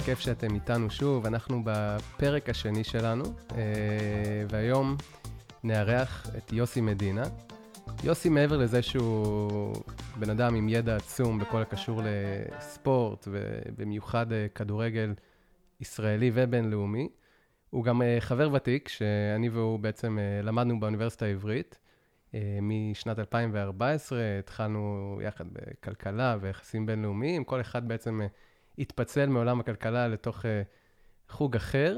כיף שאתם איתנו שוב. אנחנו בפרק השני שלנו, והיום נארח את יוסי מדינה. יוסי, מעבר לזה שהוא בן אדם עם ידע עצום בכל הקשור לספורט, ובמיוחד כדורגל ישראלי ובינלאומי, הוא גם חבר ותיק, שאני והוא בעצם למדנו באוניברסיטה העברית. משנת 2014 התחלנו יחד בכלכלה ויחסים בינלאומיים, כל אחד בעצם התפצל מעולם הכלכלה לתוך חוג אחר,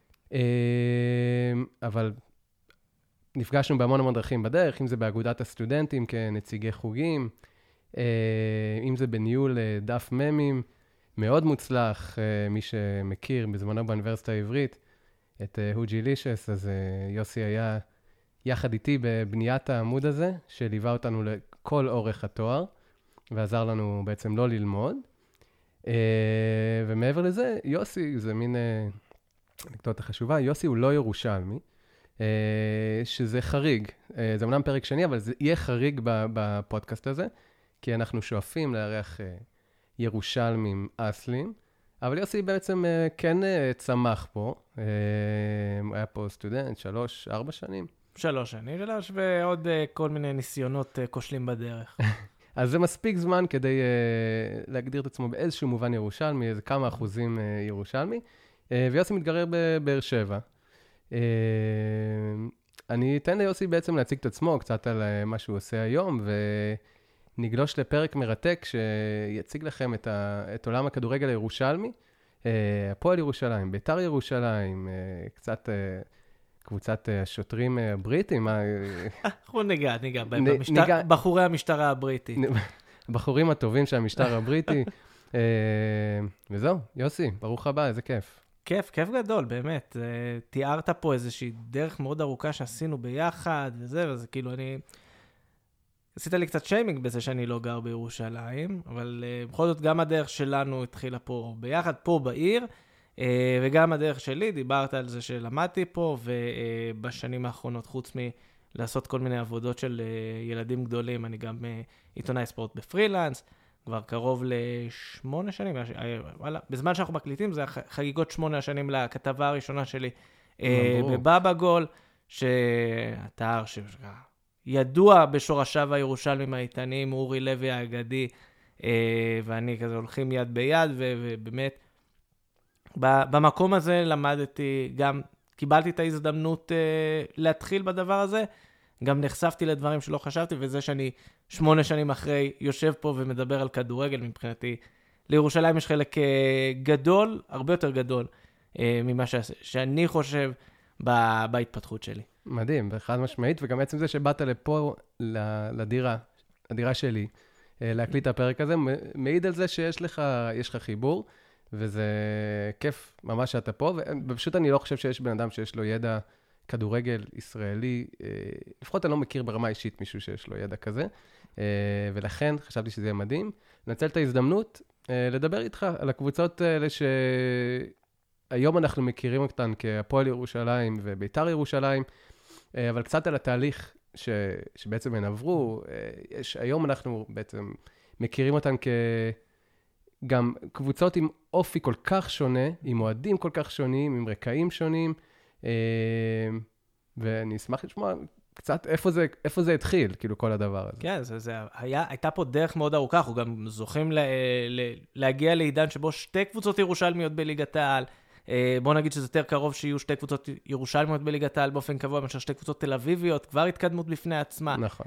אבל נפגשנו בהמון המון דרכים בדרך, אם זה באגודת הסטודנטים כנציגי חוגים, אם זה בניהול דף ממים, מאוד מוצלח, מי שמכיר בזמנו באוניברסיטה העברית, את הוג'ילישס, אז יוסי היה יחד איתי בבניית העמוד הזה, שליווה אותנו לכל אורך התואר, ועזר לנו בעצם לא ללמוד. ומעבר לזה, יוסי, זה מין אנקדוטה חשובה, יוסי הוא לא ירושלמי, שזה חריג. זה אמנם פרק שני, אבל זה יהיה חריג בפודקאסט הזה, כי אנחנו שואפים לארח ירושלמים אסלים, אבל יוסי בעצם כן צמח פה. הוא היה פה סטודנט 3-4 שנים. 3 שנים, ועוד כל מיני ניסיונות כושלים בדרך. אז זה מספיק זמן כדי להגדיר את עצמו באיזשהו מובן ירושלמי, איזה כמה אחוזים ירושלמי, ויוסי מתגרר בבאר שבע. אני אתן ליוסי בעצם להציג את עצמו קצת על מה שהוא עושה היום, ונגלוש לפרק מרתק שיציג לכם את עולם הכדורגל הירושלמי, הפועל ירושלים, בית"ר ירושלים, קצת קבוצת השוטרים הבריטים. אנחנו ניגע, בחורי המשטרה הבריטי. בחורים הטובים של המשטר הבריטי. וזהו, יוסי, ברוך הבא, איזה כיף. כיף גדול, באמת. תיארת פה איזושהי דרך מאוד ארוכה שעשינו ביחד, וזה כאילו עשית לי קצת שיימינג בזה שאני לא גר בירושלים, אבל בכל זאת גם הדרך שלנו התחילה פה ביחד, פה בעיר, וגם הדרך שלי, דיברת על זה שלמדתי פה, ובשנים האחרונות, חוץ מלעשות כל מיני עבודות של ילדים גדולים, אני גם עיתונאי ספורט בפרילנס, כבר קרוב ל8 שנים, בזמן שאנחנו מקליטים, זה חגיגות 8 שנים לכתבה הראשונה שלי בבאבא גול, שהתאר שידוע בשורשיו הירושלמים האיתנים, אורי לוי האגדי, ואני כזה הולכים יד ביד, ובאמת, במקום הזה למדתי, גם קיבלתי את ההזדמנות להתחיל בדבר הזה, גם נחשפתי לדברים שלא חשבתי, וזה שאני 8 שנים אחרי יושב פה ומדבר על כדורגל, מבחינתי, לירושלים יש חלק גדול, הרבה יותר גדול, ממה שאני חושב בהתפתחות שלי. מדהים, בחד משמעית, וגם עצם זה שבאת לפה, לדירה שלי, להקליט את הפרק הזה, מעיד על זה שיש לך חיבור, וזה כיף ממש שאתה פה, ופשוט אני לא חושב שיש בן אדם שיש לו ידע כדורגל ישראלי, לפחות אני לא מכיר ברמה אישית מישהו שיש לו ידע כזה, ולכן חשבתי שזה יהיה מדהים. ננצל את ההזדמנות לדבר איתך על הקבוצות האלה שהיום אנחנו מכירים אותן כהפועל ירושלים ובית"ר ירושלים, אבל קצת על התהליך שבעצם הן עברו. היום אנחנו בעצם מכירים אותן גם קבוצות עם אופי כל כך שונה, עם מועדים כל כך שונים, עם רקעים שונים, ואני אשמח לשמוע קצת איפה זה התחיל, כאילו כל הדבר הזה. כן, הייתה פה דרך מאוד ארוכה, אנחנו גם זוכים להגיע לעידן שבו 2 קבוצות ירושלמיות בליגת העל, בוא נגיד שזה יותר קרוב שיהיו 2 קבוצות ירושלמיות בליגת העל באופן קבוע, מאשר 2 קבוצות תל אביביות, כבר התקדמות בפני עצמה. נכון.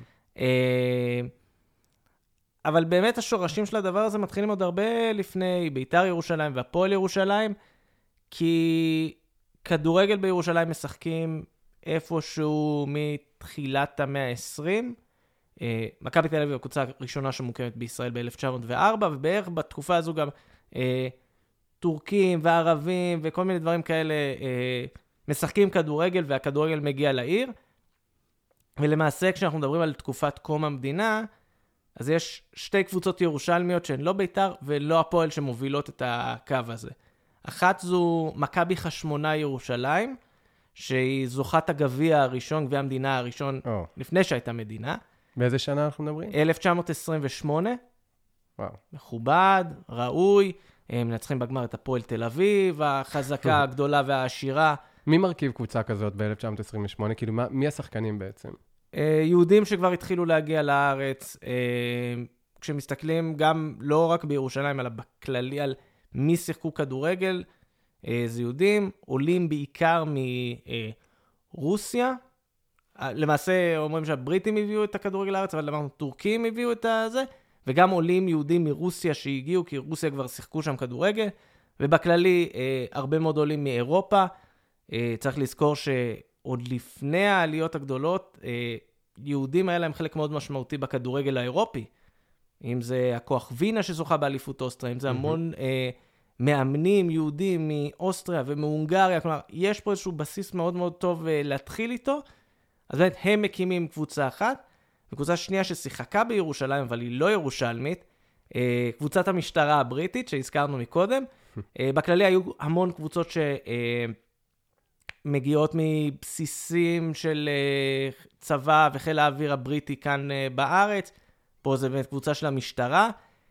אבל באמת השורשים של הדבר הזה מתחילים עוד הרבה לפני בית"ר ירושלים והפועל ירושלים, כי כדורגל בירושלים משחקים איפשהו מתחילת המאה ה-20. מכבי תל אביב הקבוצה הראשונה שמוקמת בישראל ב-1904, ובערך בתקופה הזו גם טורקים וערבים וכל מיני דברים כאלה משחקים כדורגל, והכדורגל מגיע לעיר. ולמעשה כשאנחנו מדברים על תקופת קום המדינה, אז יש 2 קבוצות ירושלמיות שהן לא בית"ר ולא הפועל שמובילות את הקו הזה. אחת זו מכבי חשמונאי ירושלים, שהיא זוכת הגביע הראשון, גביע המדינה הראשון, לפני שהייתה מדינה. באיזה שנה אנחנו מדברים? 1928. וואו. מכובד, ראוי, מנצחים בגמר את הפועל תל אביב, החזקה הגדולה והעשירה. מי מרכיב קבוצה כזאת ב-1928? כאילו, מי השחקנים בעצם? יהודים שכבר התחילו להגיע לארץ, כשמסתכלים גם לא רק בירושלים, אלא בכללי על מי שיחקו כדורגל, זה יהודים, עולים בעיקר מרוסיה, למעשה אומרים שהבריטים הביאו את הכדורגל לארץ, אבל אמרנו, טורקים הביאו את זה, וגם עולים יהודים מרוסיה שהגיעו, כי רוסיה כבר שיחקו שם כדורגל, ובכללי הרבה מאוד עולים מאירופה. צריך לזכור שעוד לפני העליות הגדולות, יהודים היה להם חלק מאוד משמעותי בכדורגל האירופי. אם זה הכוח וינה שזוכה באליפות אוסטריה, אם זה המון מאמנים יהודים מאוסטריה ומהונגריה, כלומר, יש פה איזשהו בסיס מאוד מאוד טוב להתחיל איתו. אז באמת, הם מקימים קבוצה אחת, וקבוצה שנייה ששיחקה בירושלים, אבל היא לא ירושלמית, קבוצת המשטרה הבריטית, שהזכרנו מקודם. בכללי היו המון קבוצות שמגיעות מבסיסים של צבא וחיל האוויר הבריטי כאן בארץ. פה זה באמת קבוצה של המשטרה.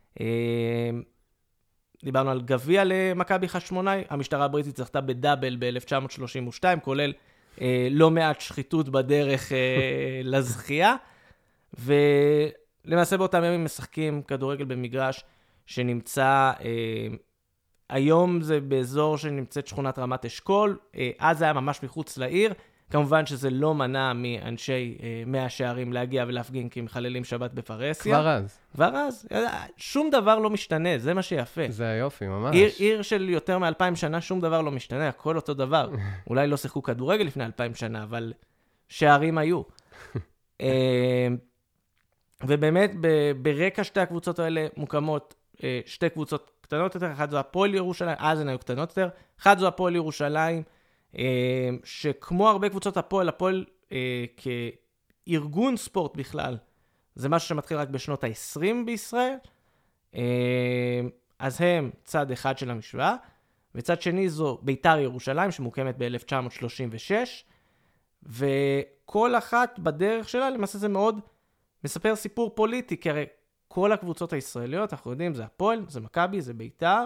דיברנו על גביע למכבי חשמונאי, המשטרה הבריטית זכתה בדאבל ב-1932, כולל לא מעט שחיתות בדרך לזכייה, ולמעשה באותם ימים משחקים כדורגל במגרש שנמצא, היום זה באזור שנמצאת שכונת רמת אשכול, אז זה היה ממש מחוץ לעיר, כמובן שזה לא מנע מאנשי 100 שערים להגיע ולהפגין כי מחללים שבת בפרהסיה. כבר אז. שום דבר לא משתנה, זה מה שיפה. זה היופי, ממש. עיר של יותר מ-2000 שנה, שום דבר לא משתנה, הכל אותו דבר. אולי לא שיחקו כדורגל לפני 2000 שנה, אבל שערים היו. ובאמת, ברקע שתי הקבוצות האלה מוקמות שתי קבוצות קטנות יותר, אחת זו הפועל ירושלים, אז הן היו קטנות יותר, אחת זו הפועל ירושלים, שכמו הרבה קבוצות הפועל כארגון ספורט בכלל, זה משהו שמתחיל רק בשנות ה-20 בישראל, אז הם צד אחד של המשוואה, וצד שני זו ביתר ירושלים, שמוקמת ב-1936, וכל אחת בדרך שלה, למעשה זה מאוד מספר סיפור פוליטי, כי הרי כל הקבוצות הישראליות, אנחנו יודעים, זה הפועל, זה מכבי, זה ביתר,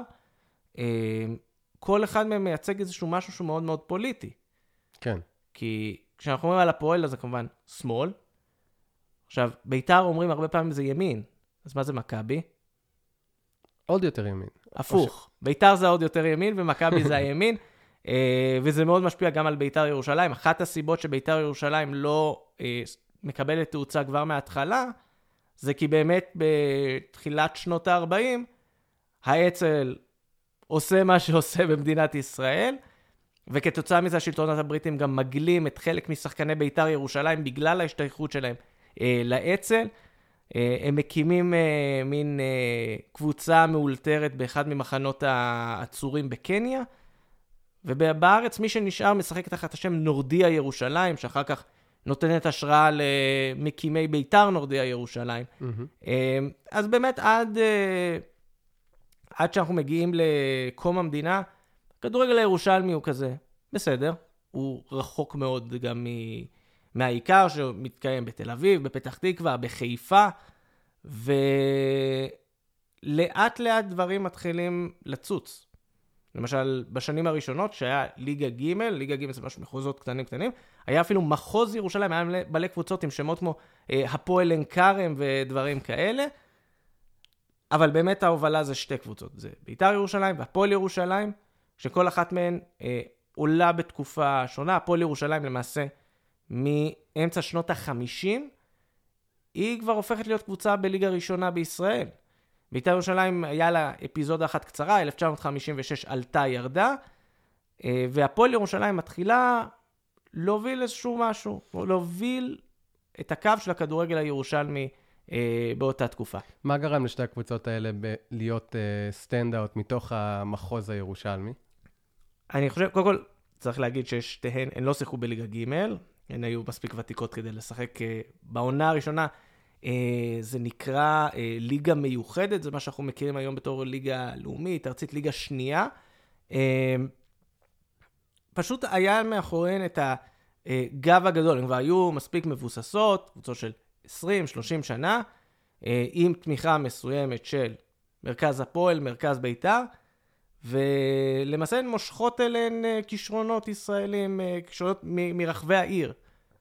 כל אחד מהם מייצג איזשהו משהו שהוא מאוד מאוד פוליטי. כן. כי כשאנחנו אומרים על הפועל, אז זה כמובן שמאל. עכשיו, ביתר אומרים הרבה פעמים זה ימין. אז מה זה מכבי? עוד יותר ימין. הפוך. ביתר זה עוד יותר ימין, ומכבי זה הימין. וזה מאוד משפיע גם על ביתר ירושלים. אחת הסיבות שביתר ירושלים לא מקבלת תאוצה כבר מההתחלה, זה כי באמת בתחילת שנות ה-40, האצ"ל עושה מה שעושה במדינת ישראל, וכתוצאה מזה השלטונות הבריטים גם מגלים את חלק משחקני ביתר ירושלים בגלל ההשתייכות שלהם לאצ"ל. הם מקימים מין קבוצה מאולתרת באחד ממחנות העצורים בקניה, ובארץ מי שנשאר משחק תחת השם נורדיה ירושלים, שאחר כך נותנת השראה למקימי ביתר נורדיה ירושלים. אז באמת עד שאנחנו מגיעים לקום המדינה, הכדורגל הירושלמי הוא כזה, בסדר, הוא רחוק מאוד גם מהעיקר שמתקיים בתל אביב, בפתח תקווה, בחיפה, ולאט לאט דברים מתחילים לצוץ. למשל, בשנים הראשונות, שהיה ליגה ג' זה משהו מחוזות קטנים, היה אפילו מחוז ירושלים, היה מלא קבוצות עם שמות כמו הפועל עין כרם ודברים כאלה, אבל באמת ההובלה זה שתי קבוצות, זה ביתר ירושלים והפועל ירושלים, שכל אחת מהן עולה בתקופה שונה. הפועל ירושלים למעשה מאמצע שנות ה-50, היא כבר הופכת להיות קבוצה בליגה ראשונה בישראל. ביתר ירושלים היה לה אפיזודה אחת קצרה, 1956 עלתה ירדה, והפועל ירושלים מתחילה להוביל איזשהו משהו, להוביל את הקו של הכדורגל הירושלמי באותה תקופה. מה גרם לשתי הקבוצות האלה להיות סטנד-אוט מתוך המחוז הירושלמי? אני חושב, קודם כל, צריך להגיד ששתיהן, הן לא שיחקו בליגה ג', הן היו מספיק ותיקות כדי לשחק בעונה הראשונה, זה נקרא ליגה מיוחדת, זה מה שאנחנו מכירים היום בתור ליגה לאומית, ארצית ליגה שנייה. פשוט היה מאחוריהן את הגב הגדול, הן כבר היו מספיק מבוססות, קבוצות של 20-30 שנה, עם תמיכה מסוימת של מרכז הפועל, מרכז ביתר, ולמעשה הן מושכות אליהן כישרונות ישראלים, כישרונות מרחבי העיר.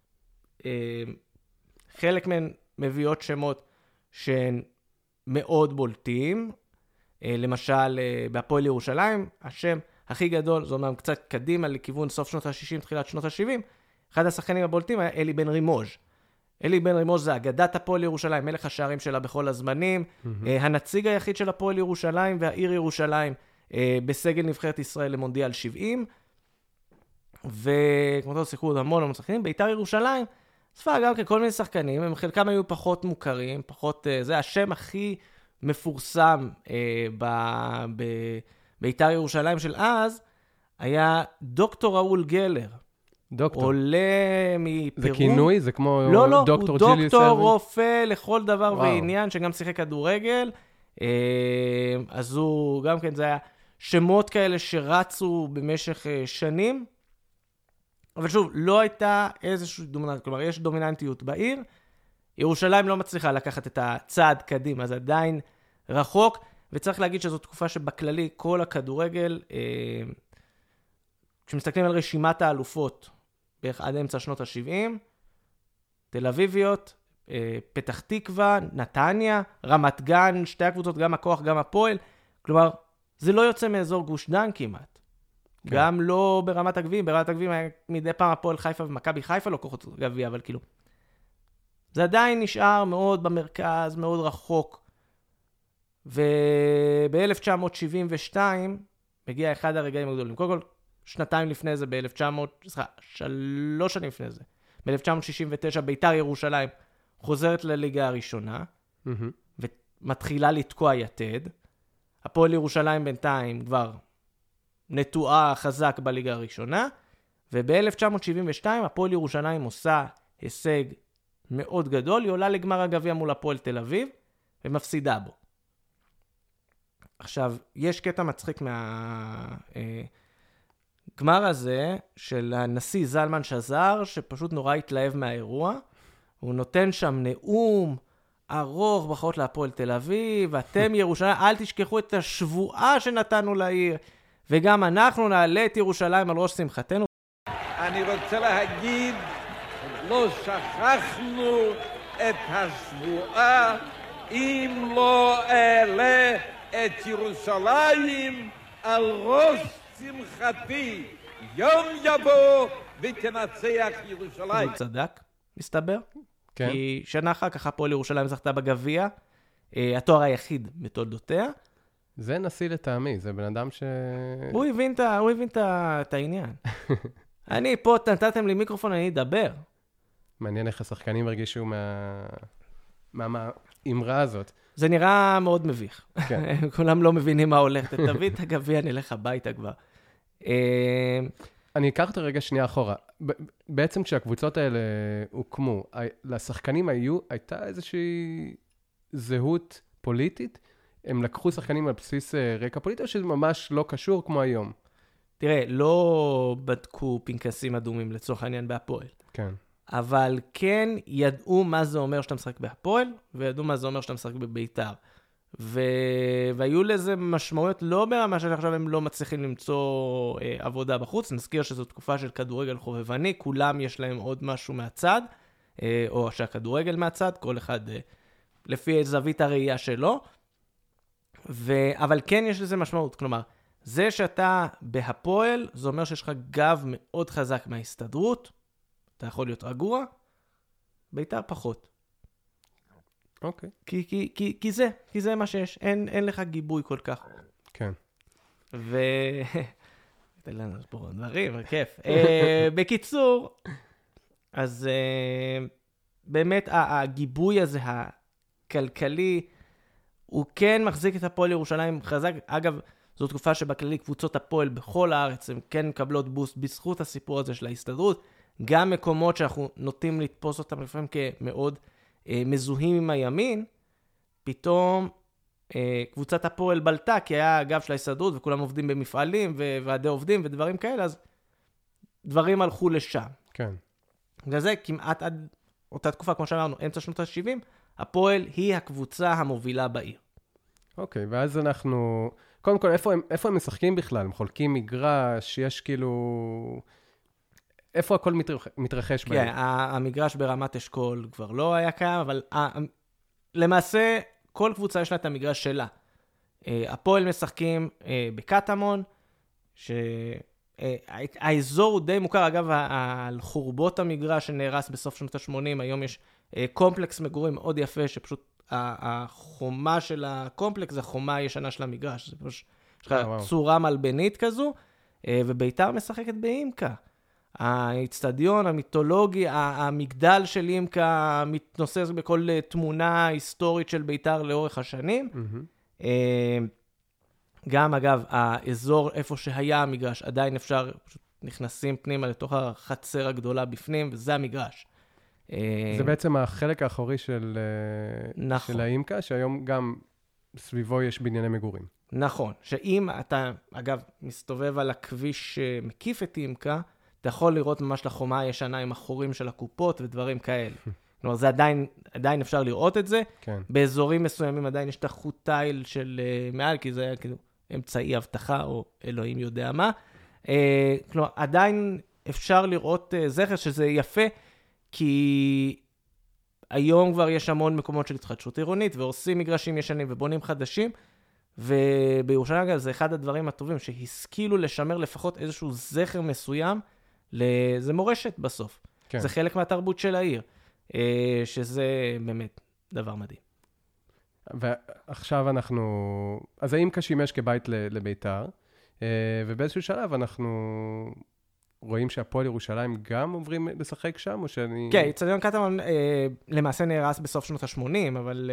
חלק מהן מביאות שמות שהן מאוד בולטים, למשל בהפועל ירושלים, השם הכי גדול, זאת אומרת קצת קדימה לכיוון סוף שנות ה-60, תחילת שנות ה-70, אחד השחקנים הבולטים היה אלי בן רימוז'. אלי בן רימוז' זה אגדת הפועל ירושלים, מלך השערים שלה בכל הזמנים, הנציג היחיד של הפועל ירושלים והעיר ירושלים בסגל נבחרת ישראל למונדיאל 70, וכמו אתה שיחקו עוד המון שחקנים, בית"ר ירושלים, ספר גם כל מיני שחקנים, הם חלקם היו פחות מוכרים, פחות, זה השם הכי מפורסם בבית"ר ירושלים של אז, היה דוקטור ראול גלר. דוקטור. עולה מפירו. זה כינוי? זה כמו לא, דוקטור הוא ג'יליוס דוקטור, ארווין? רופא לכל דבר וואו. ועניין, שגם שיחק כדורגל. אז הוא, גם כן, זה היה שמות כאלה שרצו במשך שנים. אבל שוב, לא הייתה איזושהי דומיננטיות, כלומר, יש דומיננטיות בעיר. ירושלים לא מצליחה לקחת את הצעד קדימה, זה עדיין רחוק, וצריך להגיד שזו תקופה שבכללי כל הכדורגל, כשמסתכלים על רשימת האלופות, בערך עד אמצע שנות ה-70, תל אביביות, פתח תקווה, נתניה, רמת גן, שתי הקבוצות, גם הכוח, גם הפועל, כלומר, זה לא יוצא מאזור גוש דן כמעט. כן. גם לא ברמת הגביעים, ברמת הגביעים היה מדי פעם הפועל חיפה ומכבי חיפה לא כוחות גביע, אבל כאילו, זה עדיין נשאר מאוד במרכז, מאוד רחוק. וב-1972 מגיע אחד הרגעים הגדולים. קודם כל, שנתיים לפני זה, שלוש שנים לפני זה, ב-1969 בית"ר ירושלים חוזרת לליגה הראשונה, ומתחילה לתקוע יתד. הפועל ירושלים בינתיים כבר נטועה חזק בליגה הראשונה, וב-1972 הפועל ירושלים עושה הישג מאוד גדול, היא עולה לגמר הגביע מול הפועל תל אביב, ומפסידה בו. עכשיו, יש קטע מצחיק מהגמר הזה, של הנשיא זלמן שזר, שפשוט נורא התלהב מהאירוע, הוא נותן שם נאום ארוך בחרות להפועל תל אביב, ואתם ירושלים, אל תשכחו את השבועה שנתנו לעיר, וגם אנחנו נעלה את ירושלים על ראש שמחתנו. אני רוצה להגיד, לא שכחנו את השבועה, אם לא אעלה את ירושלים על ראש שמחתי, יום יבוא ותנצח ירושלים. הוא צדק, מסתבר. כן. כי שנה אחר כך הפועל ירושלים זכתה בגביע, התואר היחיד בתולדותיה. זה נשיא לטעמי, זה בן אדם ש... הוא הבין את העניין. אני פה, נתתם לי מיקרופון, אני אדבר. מעניין איך השחקנים הרגישו מהאמרה הזאת. זה נראה מאוד מביך. כן. כולם לא מבינים מה הולך. תביא את הגביע, נלך הביתה כבר. אני אקח את הרגע שנייה אחורה. בעצם כשהקבוצות האלה הוקמו, לשחקנים הייתה איזושהי זהות פוליטית? הם לקחו שחקנים על בסיס רקע פוליטי, או שזה ממש לא קשור כמו היום? תראה, לא בדקו פנקסים אדומים לצורך העניין בהפועל. כן. אבל כן ידעו מה זה אומר שאתה משחק בהפועל, וידעו מה זה אומר שאתה משחק בביתר. והיו לזה משמעויות לא ברמה שעכשיו הם לא מצליחים למצוא עבודה בחוץ. נזכיר שזו תקופה של כדורגל חובבני, כולם יש להם עוד משהו מהצד, או שהכדורגל מהצד, כל אחד לפי זווית הראייה שלו. אבל כן יש לזה משמעות, כלומר, זה שאתה בהפועל, זה אומר שיש לך גב מאוד חזק מההסתדרות, אתה יכול להיות רגוע, ביתר פחות. אוקיי. כי זה מה שיש, אין לך גיבוי כל כך. כן. תן לנו פה דברים, כיף. בקיצור, אז באמת הגיבוי הזה, הכלכלי, הוא כן מחזיק את הפועל ירושלים חזק. אגב, זו תקופה שבכללי קבוצות הפועל בכל הארץ, הן כן מקבלות בוסט בזכות הסיפור הזה של ההסתדרות. גם מקומות שאנחנו נוטים לתפוס אותם לפעמים כמאוד מזוהים עם הימין, פתאום קבוצת הפועל בלטה, כי היה הגב של ההסתדרות, וכולם עובדים במפעלים, ועדי עובדים ודברים כאלה, אז דברים הלכו לשם. כן. בגלל זה כמעט עד אותה תקופה, כמו שאמרנו, אמצע שנות ה-70, הפועל היא הקבוצה המובילה בעיר. אוקיי, ואז אנחנו קודם כל, איפה הם משחקים בכלל? הם חולקים מגרש, יש כאילו... איפה הכל מתרחש בהם? כן, המגרש ברמת אשכול כבר לא היה קיים, אבל למעשה כל קבוצה יש לה את המגרש שלה. הפועל משחקים בקטמון, שהאזור הוא די מוכר, אגב, על חורבות המגרש שנהרס בסוף שנות ה-80, היום יש קומפלקס מגורים מאוד יפה, שפשוט החומה של הקומפלקס זה החומה הישנה של המגרש, זה פשוט צורה מלבנית כזו, וביתר משחקת באימקה. האצטדיון, המיתולוגי, המגדל של אימקה מתנוסס בכל תמונה היסטורית של ביתר לאורך השנים. גם אגב, האזור איפה שהיה המגרש, עדיין אפשר, פשוט נכנסים פנימה לתוך החצר הגדולה בפנים, וזה המגרש. זה בעצם החלק האחורי של האימקה, שהיום גם סביבו יש בנייני מגורים. נכון, שאם אתה, אגב, מסתובב על הכביש שמקיף את אימקה, אתה יכול לראות ממש לחומה הישנה עם החורים של הקופות ודברים כאלה. כלומר, זה עדיין אפשר לראות את זה. כן. באזורים מסוימים עדיין יש את החוט תיל של מעל, כי זה היה כאילו אמצעי הבטחה, או אלוהים יודע מה. כלומר, עדיין אפשר לראות זכר שזה יפה, כי היום כבר יש המון מקומות של התחדשות עירונית, ועושים מגרשים ישנים ובונים חדשים, ובירושלים זה אחד הדברים הטובים, שהשכילו לשמר לפחות איזשהו זכר מסוים, זה מורשת בסוף. כן. זה חלק מהתרבות של העיר, שזה באמת דבר מדהים. ועכשיו אנחנו... אז האימקה שימש כבית לביתר, ובאיזשהו שלב אנחנו רואים שהפועל ירושלים גם עוברים לשחק שם, או שאני... כן, אצטדיון קטמון למעשה נהרס בסוף שנות ה-80, אבל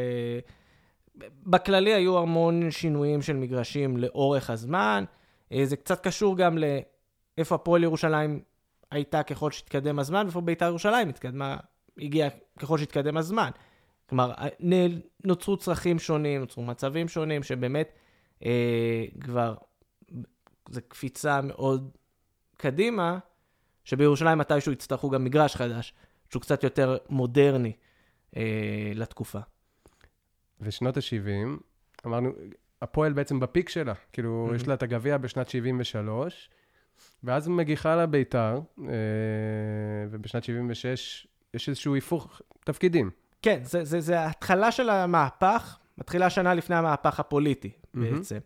בכללי היו המון שינויים של מגרשים לאורך הזמן. זה קצת קשור גם לאיפה הפועל ירושלים הייתה ככל שהתקדם הזמן, ואיפה ביתר ירושלים הגיעה ככל שהתקדם הזמן. כלומר, נוצרו צרכים שונים, נוצרו מצבים שונים, שבאמת כבר זה קפיצה מאוד קדימה, שבירושלים מתישהו יצטרכו גם מגרש חדש, שהוא קצת יותר מודרני לתקופה. ושנות ה-70, אמרנו, הפועל בעצם בפיק שלה, כאילו יש לה את הגביע בשנת 73, ואז מגיחה לה ביתר, ובשנת 76 יש איזשהו היפוך תפקידים. כן, זה ההתחלה של המהפך, מתחילה שנה לפני המהפך הפוליטי בעצם.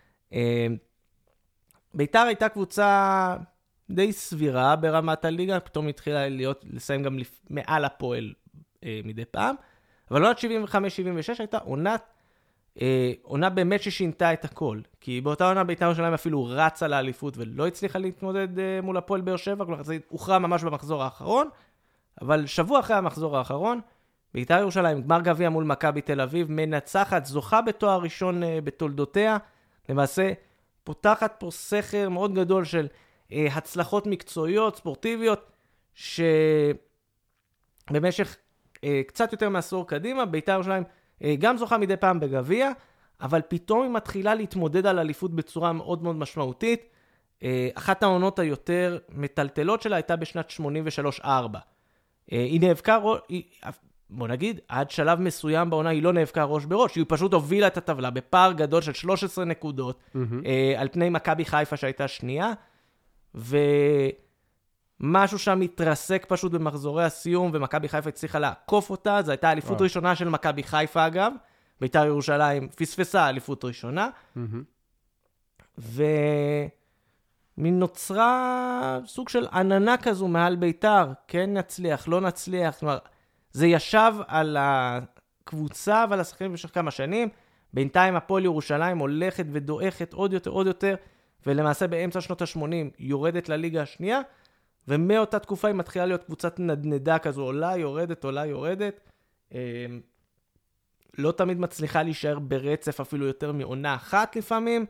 ביתר הייתה קבוצה די סבירה ברמת הליגה, פתאום התחילה לסיים גם מעל הפועל מדי פעם, אבל עונת 75-76 הייתה עונה באמת ששינתה את הכל, כי באותה עונה ביתר ירושלים אפילו רצה לאליפות ולא הצליחה להתמודד מול הפועל באר שבע, כלומר זה הוכרע ממש במחזור האחרון, אבל שבוע אחרי המחזור האחרון, ביתר ירושלים גמר גביע מול מכבי תל אביב, מנצחת, זוכה בתואר ראשון בתולדותיה, למעשה פותחת פה סכר מאוד גדול של הצלחות מקצועיות, ספורטיביות, שבמשך קצת יותר מעשור קדימה, ביתר ירושלים גם זוכה מדי פעם בגביע, אבל פתאום היא מתחילה להתמודד על אליפות בצורה מאוד מאוד משמעותית. אחת העונות היותר מטלטלות שלה הייתה בשנת 83-4. היא נאבקה, בוא נגיד, עד שלב מסוים בעונה היא לא נאבקה ראש בראש, היא פשוט הובילה את הטבלה בפער גדול של 13 נקודות, על פני מכבי חיפה שהייתה שנייה, ומשהו שם התרסק פשוט במחזורי הסיום, ומכבי חיפה הצליחה לעקוף אותה, זו הייתה אליפות ראשונה של מכבי חיפה אגב, ביתר ירושלים פספסה אליפות ראשונה, נוצרה סוג של עננה כזו מעל ביתר, כן נצליח, לא נצליח, כלומר, זה ישב על הקבוצה ועל השחקנים במשך כמה שנים, בינתיים הפועל ירושלים הולכת ודועכת עוד יותר, ולמעשה באמצע שנות ה-80 יורדת לליגה השנייה, ומאותה תקופה היא מתחילה להיות קבוצת נדנדה כזו, עולה, יורדת, לא תמיד מצליחה להישאר ברצף אפילו יותר מעונה אחת לפעמים,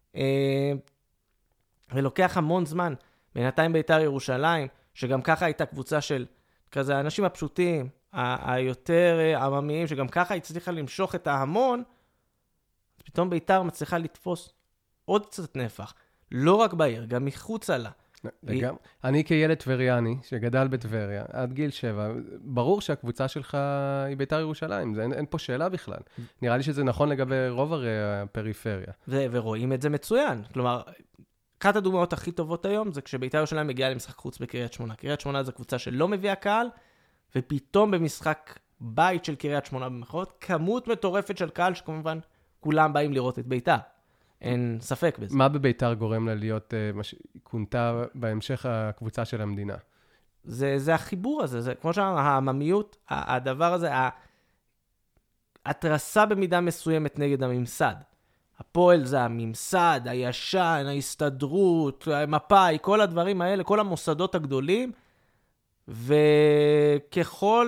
ולוקח המון זמן, בינתיים ביתר ירושלים, שגם ככה הייתה קבוצה של כזה האנשים הפשוטים, היותר עממיים, שגם ככה הצליחה למשוך את ההמון, אז פתאום ביתר מצליחה לתפוס עוד קצת נפח, לא רק בעיר, גם מחוצה לה. לגמרי. אני כילד טבריאני, שגדל בטבריה, עד גיל 7, ברור שהקבוצה שלך היא בית"ר ירושלים, אין פה שאלה בכלל. נראה לי שזה נכון לגבי רוב הרי הפריפריה. ורואים את זה מצוין. כלומר, אחת הדוגמאות הכי טובות היום, זה כשבית"ר ירושלים מגיעה למשחק חוץ בקריית שמונה. קריית שמונה זו קבוצה שלא מביאה קהל, ופתאום במשחק בית של קריית שמונה במחאות, כמות מטורפת של קהל, שכמובן כולם באים לראות את בית"ר. אין ספק בזה. מה בבית"ר גורם לה להיות קונתה בהמשך הקבוצה של המדינה? זה החיבור הזה, זה כמו שאמרנו, העממיות, הדבר הזה, התרסה במידה מסוימת נגד הממסד. הפועל זה הממסד, הישן, ההסתדרות, המפאי, כל הדברים האלה, כל המוסדות הגדולים, וככל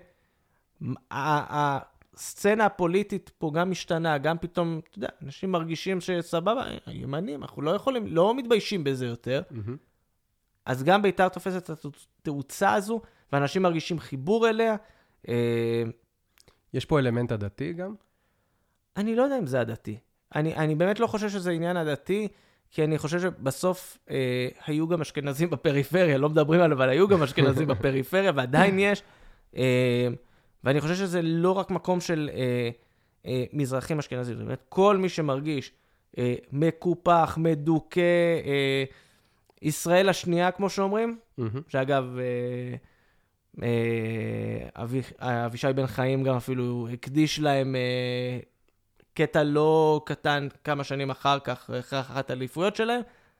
הסצנה הפוליטית פה גם משתנה, גם פתאום, אתה יודע, אנשים מרגישים שסבבה, הימנים, אנחנו לא יכולים, לא מתביישים בזה יותר, אז גם בית"ר תופסת את התאוצה הזו, ואנשים מרגישים חיבור אליה. יש פה אלמנט הדתי גם? אני לא יודע אם זה הדתי. אני באמת לא חושב שזה עניין הדתי, כי אני חושב שבסוף היו גם אשכנזים בפריפריה, לא מדברים עליו, אבל היו גם אשכנזים בפריפריה, ועדיין יש. ואני חושב שזה לא רק מקום של מזרחים אשכנזים, זאת אומרת, כל מי שמרגיש מקופח, מדוכא, ישראל השנייה, כמו שאומרים, שאגב, אבישי בן חיים גם אפילו הקדיש להם קטע לא קטן כמה שנים אחר כך, אחרי אחת האליפויות שלהם,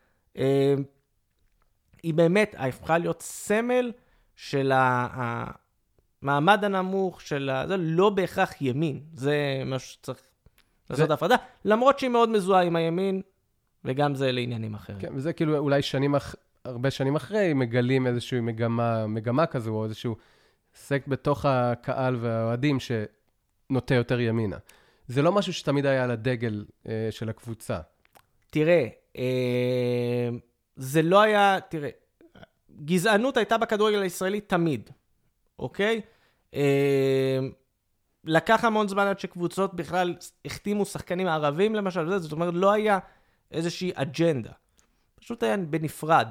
היא באמת הפכה להיות סמל של המעמד הנמוך, זה לא בהכרח ימין, זה משהו שצריך לעשות הפרדה, למרות שהיא מאוד מזוהה עם הימין, וגם זה לעניינים אחרים. כן, וזה כאילו אולי הרבה שנים אחרי, מגלים איזושהי מגמה כזו, או איזשהו סקט בתוך הקהל והאוהדים שנוטה יותר ימינה. זה לא משהו שתמיד היה על הדגל של הקבוצה. תראה, זה לא היה, גזענות הייתה בכדורגל הישראלי תמיד, אוקיי? לקח המון זמן עד שקבוצות בכלל החתימו שחקנים ערבים למשל, זאת אומרת, לא היה איזושהי אג'נדה. פשוט היה בנפרד.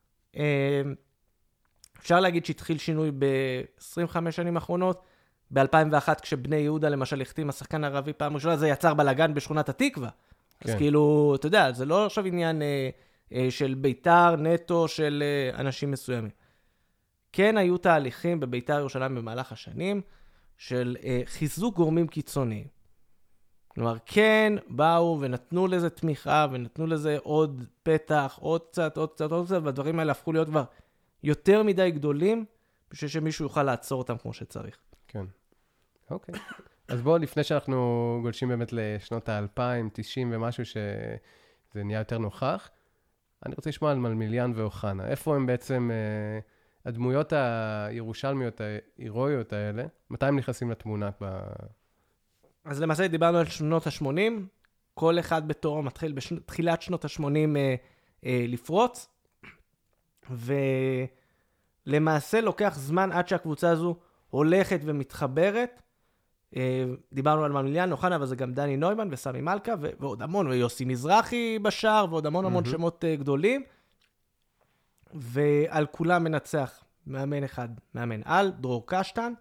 אפשר להגיד שהתחיל שינוי ב-25 שנים האחרונות, ב-2001 כשבני יהודה למשל החתים השחקן הערבי פעם ראשונה, זה יצר בלגן בשכונת התקווה. כן. אז כאילו, אתה יודע, זה לא עכשיו עניין של ביתר נטו של אנשים מסוימים. כן היו תהליכים בביתר ירושלים במהלך השנים, של חיזוק גורמים קיצוניים. כלומר, כן באו ונתנו לזה תמיכה, ונתנו לזה עוד פתח, עוד קצת, והדברים האלה הפכו להיות כבר יותר מדי גדולים, בשביל שמישהו יוכל לעצור אותם כמו שצריך. כן. אוקיי. אז בואו, לפני שאנחנו גולשים באמת לשנות ה-2000, 90 ומשהו שזה נהיה יותר נוכח, אני רוצה לשמוע על מלמיליאן ואוחנה. איפה הם בעצם הדמויות הירושלמיות, ההירואיות האלה? מתי הם נכנסים לתמונה? אז למעשה דיברנו על שנות ה-80, כל אחד בתורו מתחיל בתחילת שנות ה-80 לפרוץ, ולמעשה לוקח זמן עד שהקבוצה הזו הולכת ומתחברת. דיברנו על מלמיליאן, אוחנה, אבל זה גם דני נוימן וסמי מלכה, ועוד המון, ויוסי מזרחי בשער, ועוד המון שמות גדולים, ועל כולם מנצח מאמן אחד, מאמן על, דרור קשטן,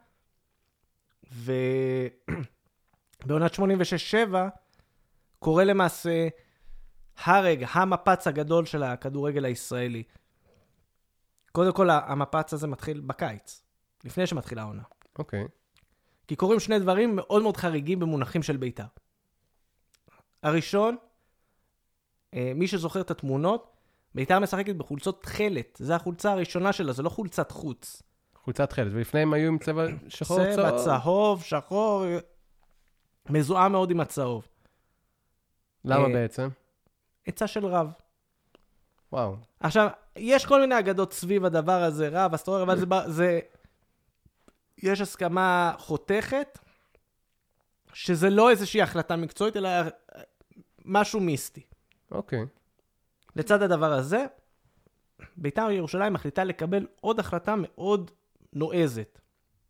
בעונת 86-7 קורה למעשה המפץ הגדול של הכדורגל הישראלי. קודם כל, המפץ הזה מתחיל בקיץ, לפני שמתחילה העונה. אוקיי. כי קורים שני דברים מאוד מאוד חריגים במונחים של בית"ר. הראשון, מי שזוכר את התמונות, בית"ר משחקת בחולצות תכלת. זו החולצה הראשונה שלה, זה לא חולצת חוץ. חולצת תכלת, ולפני הם היו עם צבע שחור, צבע, צהוב, שחור, מזוהה מאוד עם הצהוב. למה בעצם? עצה של רב. וואו. עכשיו, יש כל מיני אגדות סביב הדבר הזה, רב, אסטרולר, אבל זה יש הסכמה חותכת, שזה לא איזושהי החלטה מקצועית, אלא משהו מיסטי. אוקיי. לצד הדבר הזה, בית"ר ירושלים מחליטה לקבל עוד החלטה מאוד נועזת.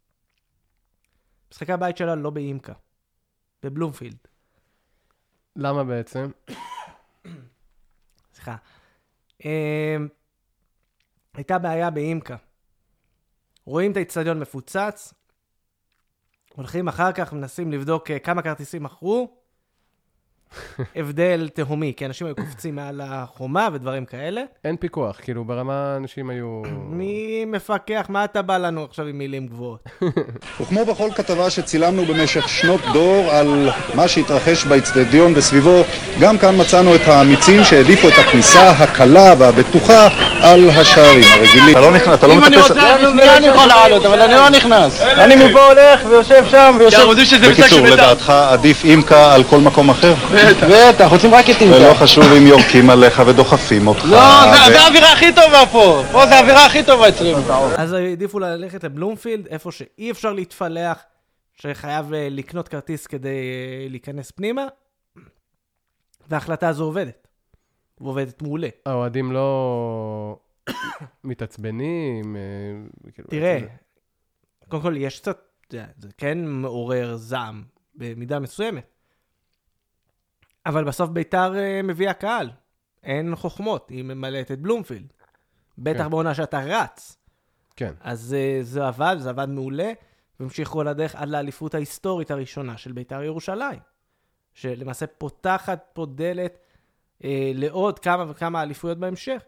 משחקי הבית שלה לא באימקה, בבלומפילד. למה בעצם? סליחה. הייתה בעיה באימקה. רואים את האצטדיון מפוצץ, הולכים אחר כך, מנסים לבדוק כמה כרטיסים מכרו, הבדל תהומי, כי אנשים היו קופצים מעל החומה ודברים כאלה. אין פיקוח, כאילו ברמה אנשים היו... מי מפקח? מה אתה בא לנו עכשיו עם מילים גבוהות? וכמו בכל כתבה שצילמנו במשך שנות דור על מה שהתרחש באצטדיון וסביבו, גם כאן מצאנו את האמיצים שהעדיפו את הכניסה הקלה והבטוחה על השערים הרגילים. אתה לא נכנס, אתה לא מטפס... אני יכול לעלות, אבל אני לא נכנס. אני מפה הולך ויושב שם ויושב... בקיצור, לדעתך עדיף אימקה על כל מקום אחר? בטח, רוצים רק את אימקה. ולא חשוב אם יורקים עליך ודוחפים אותך. לא, זה האווירה הכי טובה פה. פה זה האווירה הכי טובה אצלנו. אז העדיפו ללכת לבלומפילד, איפה שאי אפשר להתפלח, שחייב לקנות כרטיס כדי להיכנס פנימה, וההחלטה הזו עובדת. ועובדת מעולה. האוהדים לא מתעצבנים. תראה, קודם כל יש קצת, זה כן מעורר זעם במידה מסוימת. אבל בסוף ביתר מביאה קהל. אין חוכמות, היא ממלאת את בלומפילד. בטח בעונה שאתה רץ. כן. אז זה עבד מעולה, והמשיכו לדרך עד לאליפות ההיסטורית הראשונה של ביתר ירושלים. שלמעשה פותחת פה דלת לעוד כמה וכמה אליפויות בהמשך.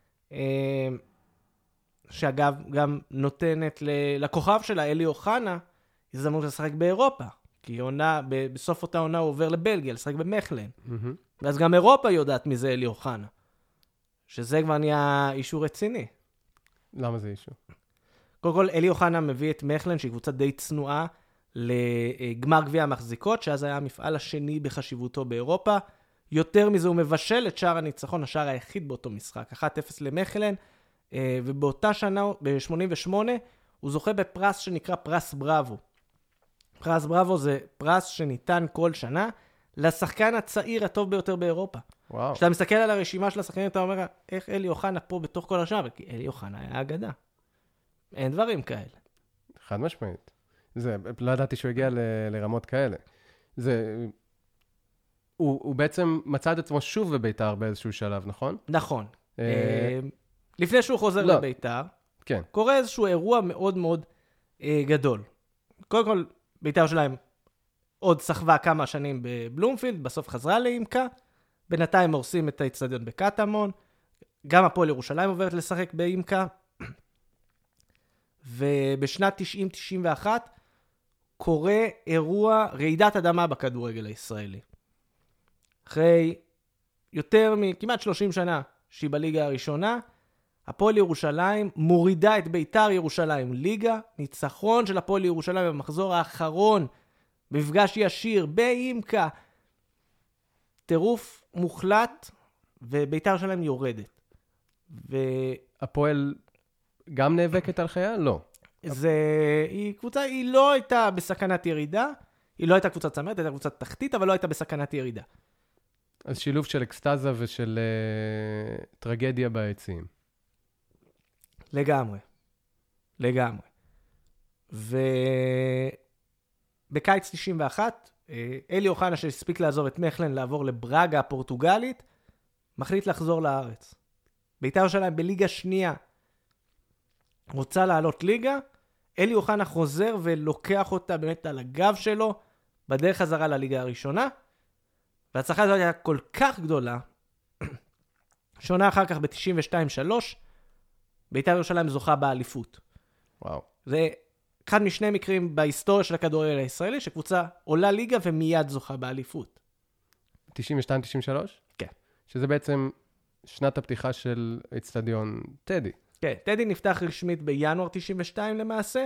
שאגב, גם נותנת לכוכב שלה, אלי אוחנה, הזדמנות לשחק באירופה. כי בסוף אותה עונה הוא עובר לבלגיה, לשחק במכלן. ואז גם אירופה יודעת מזה אלי אוחנה. שזה כבר נהיה אישור רציני. למה זה אישור? קודם כל, אלי אוחנה מביא את מכלן, שהיא קבוצה די צנועה, לגמר גביע המחזיקות, שאז היה המפעל השני בחשיבותו באירופה. יותר מזה הוא מבשל את שער הניצחון, השער היחיד באותו משחק. 1-0 למכלן, ובאותה שנה, ב-88, הוא זוכה בפרס שנקרא פרס בראבו. פרס בראבו זה פרס שניתן כל שנה לשחקן הצעיר הטוב ביותר באירופה. וואו. כשאתה מסתכל על הרשימה של השחקנים, אתה אומר, איך אלי אוחנה פה בתוך כל השנה? כי אלי אוחנה היה אגדה. אין דברים כאלה. חד משמעית. לא ידעתי שהוא הגיע לרמות כאלה. הוא בעצם מצא את עצמו שוב בביתר באיזשהו שלב, נכון? נכון. לפני שהוא חוזר לביתר, כן. קורה איזשהו אירוע מאוד מאוד גדול. קודם כל, ביתר שלהם עוד סחבה כמה שנים בבלומפילד, בסוף חזרה לאימקה, בינתיים הורסים את האצטדיון בקטמון, גם הפועל ירושלים עוברת לשחק באימקה, ובשנת 90-91 קורה אירוע רעידת אדמה בכדורגל הישראלי. אחרי יותר מכמעט 30 שנה שהיא בליגה הראשונה, הפועל ירושלים מורידה את ביתר ירושלים ליגה, ניצחון של הפועל ירושלים במחזור האחרון, מפגש ישיר באימקה, טירוף מוחלט, וביתר ירושלים יורדת. הפועל גם נאבקת על חייה? לא. קבוצה, היא לא הייתה בסכנת ירידה, היא לא הייתה קבוצת צמרת, הייתה קבוצת תחתית, אבל לא הייתה בסכנת ירידה. אז שילוב של אקסטאזה ושל טרגדיה ביציעים. לגמרי. ובקיץ 91, אלי אוחנה שהספיק לעזוב את מכלן, לעבור לברגה הפורטוגלית, מחליט לחזור לארץ. ביתר ירושלים בליגה שנייה רוצה לעלות ליגה, אלי אוחנה חוזר ולוקח אותה באמת על הגב שלו, בדרך חזרה לליגה הראשונה, וההצלחה הזאת הייתה כל כך גדולה, שונה אחר כך ב-92-3, ביתר ירושלים זוכה באליפות. וואו. זה אחד משני מקרים בהיסטוריה של הכדורגל הישראלי, שקבוצה עולה ליגה ומיד זוכה באליפות. 92-93? כן. שזה בעצם שנת הפתיחה של אצטדיון טדי. כן, טדי נפתח רשמית בינואר 92 למעשה.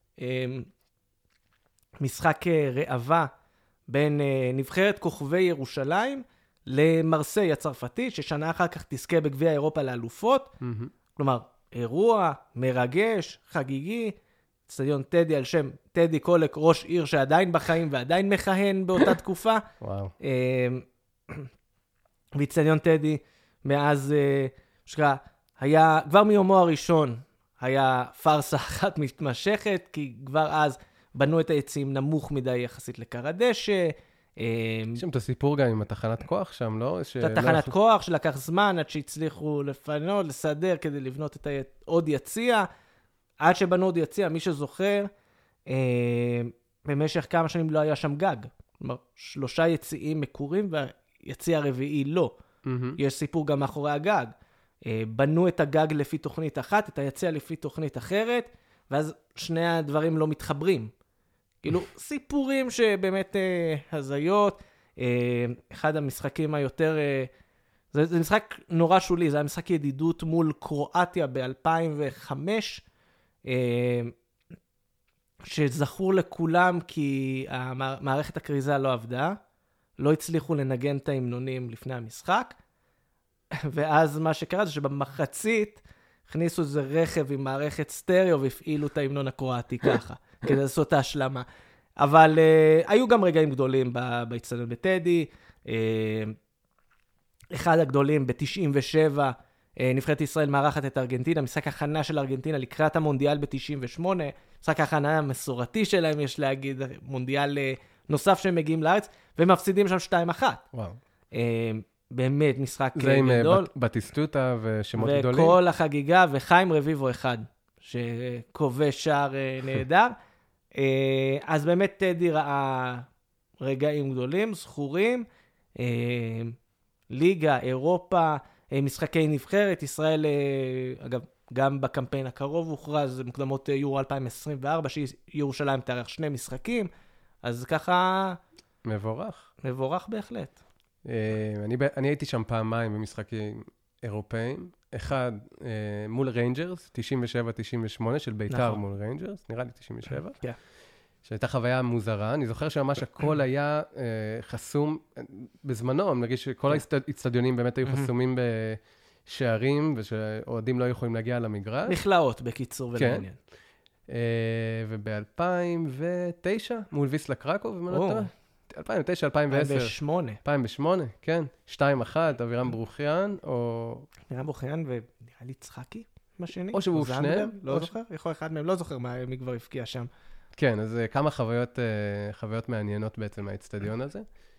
משחק ראווה בין נבחרת כוכבי ירושלים למרסיי הצרפתית, ששנה אחר כך תזכה בגביע אירופה לאלופות. כלומר, אירוע מרגש, חגיגי, אצטדיון טדי על שם טדי קולק, ראש עיר שעדיין בחיים ועדיין מכהן באותה תקופה. וואו. ואצטדיון טדי מאז שקרה, היה, כבר מיומו הראשון, היה פרסה אחת מתמשכת, כי כבר אז בנו את היציעים נמוך מדי יחסית לקר הדשא, יש שם את הסיפור גם עם התחנת כוח שם, לא? את התחנת כוח שלקח זמן עד שהצליחו לפנות, לסדר כדי לבנות את עוד יציע. עד שבנו עוד יציע, מי שזוכר, במשך כמה שנים לא היה שם גג. כלומר, 3 יציאים מקורים והיציע הרביעי לא. יש סיפור גם מאחורי הגג. בנו את הגג לפי תוכנית אחת, את היציע לפי תוכנית אחרת, ואז שני הדברים לא מתחברים. כאילו, סיפורים שבאמת הזיות. אחד המשחקים היותר... זה משחק נורא שולי, זה היה משחק ידידות מול קרואטיה ב-2005, שזכור לכולם כי מערכת הכריזה לא עבדה, לא הצליחו לנגן את ההמנונים לפני המשחק, ואז מה שקרה זה שבמחצית הכניסו איזה רכב עם מערכת סטריאו והפעילו את ההמנון הקרואטי ככה, כדי לעשות את ההשלמה. אבל היו גם רגעים גדולים באצטדיון בטדי, אחד הגדולים ב-97, נבחרת ישראל מארחת את ארגנטינה, משחק הכנה של ארגנטינה לקראת המונדיאל ב-98, משחק הכנה המסורתי שלהם, יש להגיד, מונדיאל נוסף שהם מגיעים לארץ, ומפסידים שם 2-1. וואו. באמת משחק זה גדול. עם בטיסטוטה ושמות גדולים. וכל החגיגה, וחיים רביבו אחד, שכובש שער נהדר. אז באמת טדי ראה רגעים גדולים, זכורים, ליגה, אירופה, משחקי נבחרת, ישראל, אגב, גם בקמפיין הקרוב הוכרז, מוקדמות יורו 2024, שירושלים תארח 2 משחקים, אז ככה... מבורך. מבורך בהחלט. אני הייתי שם פעמיים במשחקים אירופאים, אחד מול ריינג'רס, 97-98 של ביתר מול ריינג'רס, נראה לי 97. כן. שהייתה חוויה מוזרה. אני זוכר שממש הכל היה חסום בזמנו, נגיד שכל האצטדיונים באמת היו חסומים בשערים, ושאוהדים לא יכולים להגיע למגרש. מכלאות, בקיצור ולעניין. וב-2009, מול ויסלה קרקוב, 2009, 2010. 2008, כן. 2-1, אבירם ברוכיאן, או... אבירם ברוכיאן ונראה לי צחקי, מה שני? או שהוא שניהם. לא זוכר? יכול אחד מהם, לא זוכר מי כבר הפקיע שם. כן, אז כמה חוויות מעניינות בעצם מהאצטדיון הזה.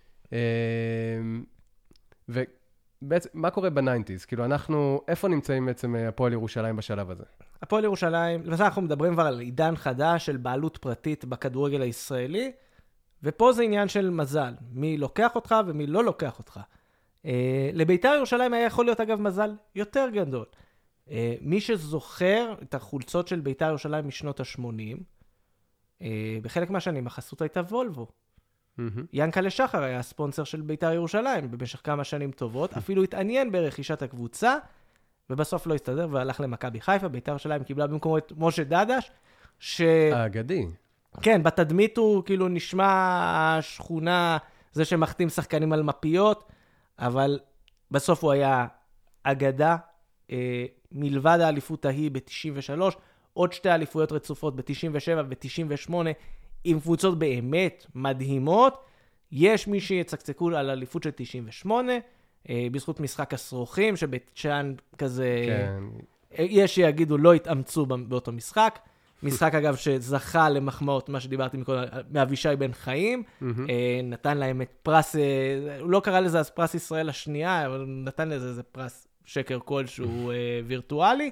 ובעצם, מה קורה ב-90s? כאילו, איפה נמצאים בעצם הפועל ירושלים בשלב הזה? הפועל ירושלים, למעשה אנחנו מדברים כבר על עידן חדש של בעלות פרטית בכדורגל הישראלי, ופה זה עניין של מזל, מי לוקח אותך ומי לא לוקח אותך. לביתר ירושלים היה יכול להיות אגב מזל יותר גדול. מי שזוכר את החולצות של ביתר ירושלים משנות ה-80, בחלק מהשנים החסות הייתה וולבו. ינקלה שחר היה הספונסר של ביתר ירושלים במשך כמה שנים טובות, אפילו התעניין ברכישת הקבוצה, ובסוף לא הסתדר והלך למכבי חיפה. ביתר ירושלים קיבלה במקומו את משה דדש, האגדי. כן, בתדמית הוא כאילו נשמע השכונה, זה שמחתים שחקנים על מפיות, אבל בסוף הוא היה אגדה, מלבד האליפות ההיא ב-93, עוד 2 אליפויות רצופות ב-97 ו-98, עם קבוצות באמת מדהימות. יש מי שיצקצקו על האליפות של 98, בזכות משחק הסרוכים, שבית שאן כזה, כן. יש שיגידו לא התאמצו באותו משחק. משחק אגב שזכה למחמאות, מה שדיברתי מקודם, מאבישי בן חיים, נתן להם את פרס, הוא לא קרא לזה אז פרס ישראל השנייה, אבל נתן לזה איזה פרס שקר כלשהו וירטואלי.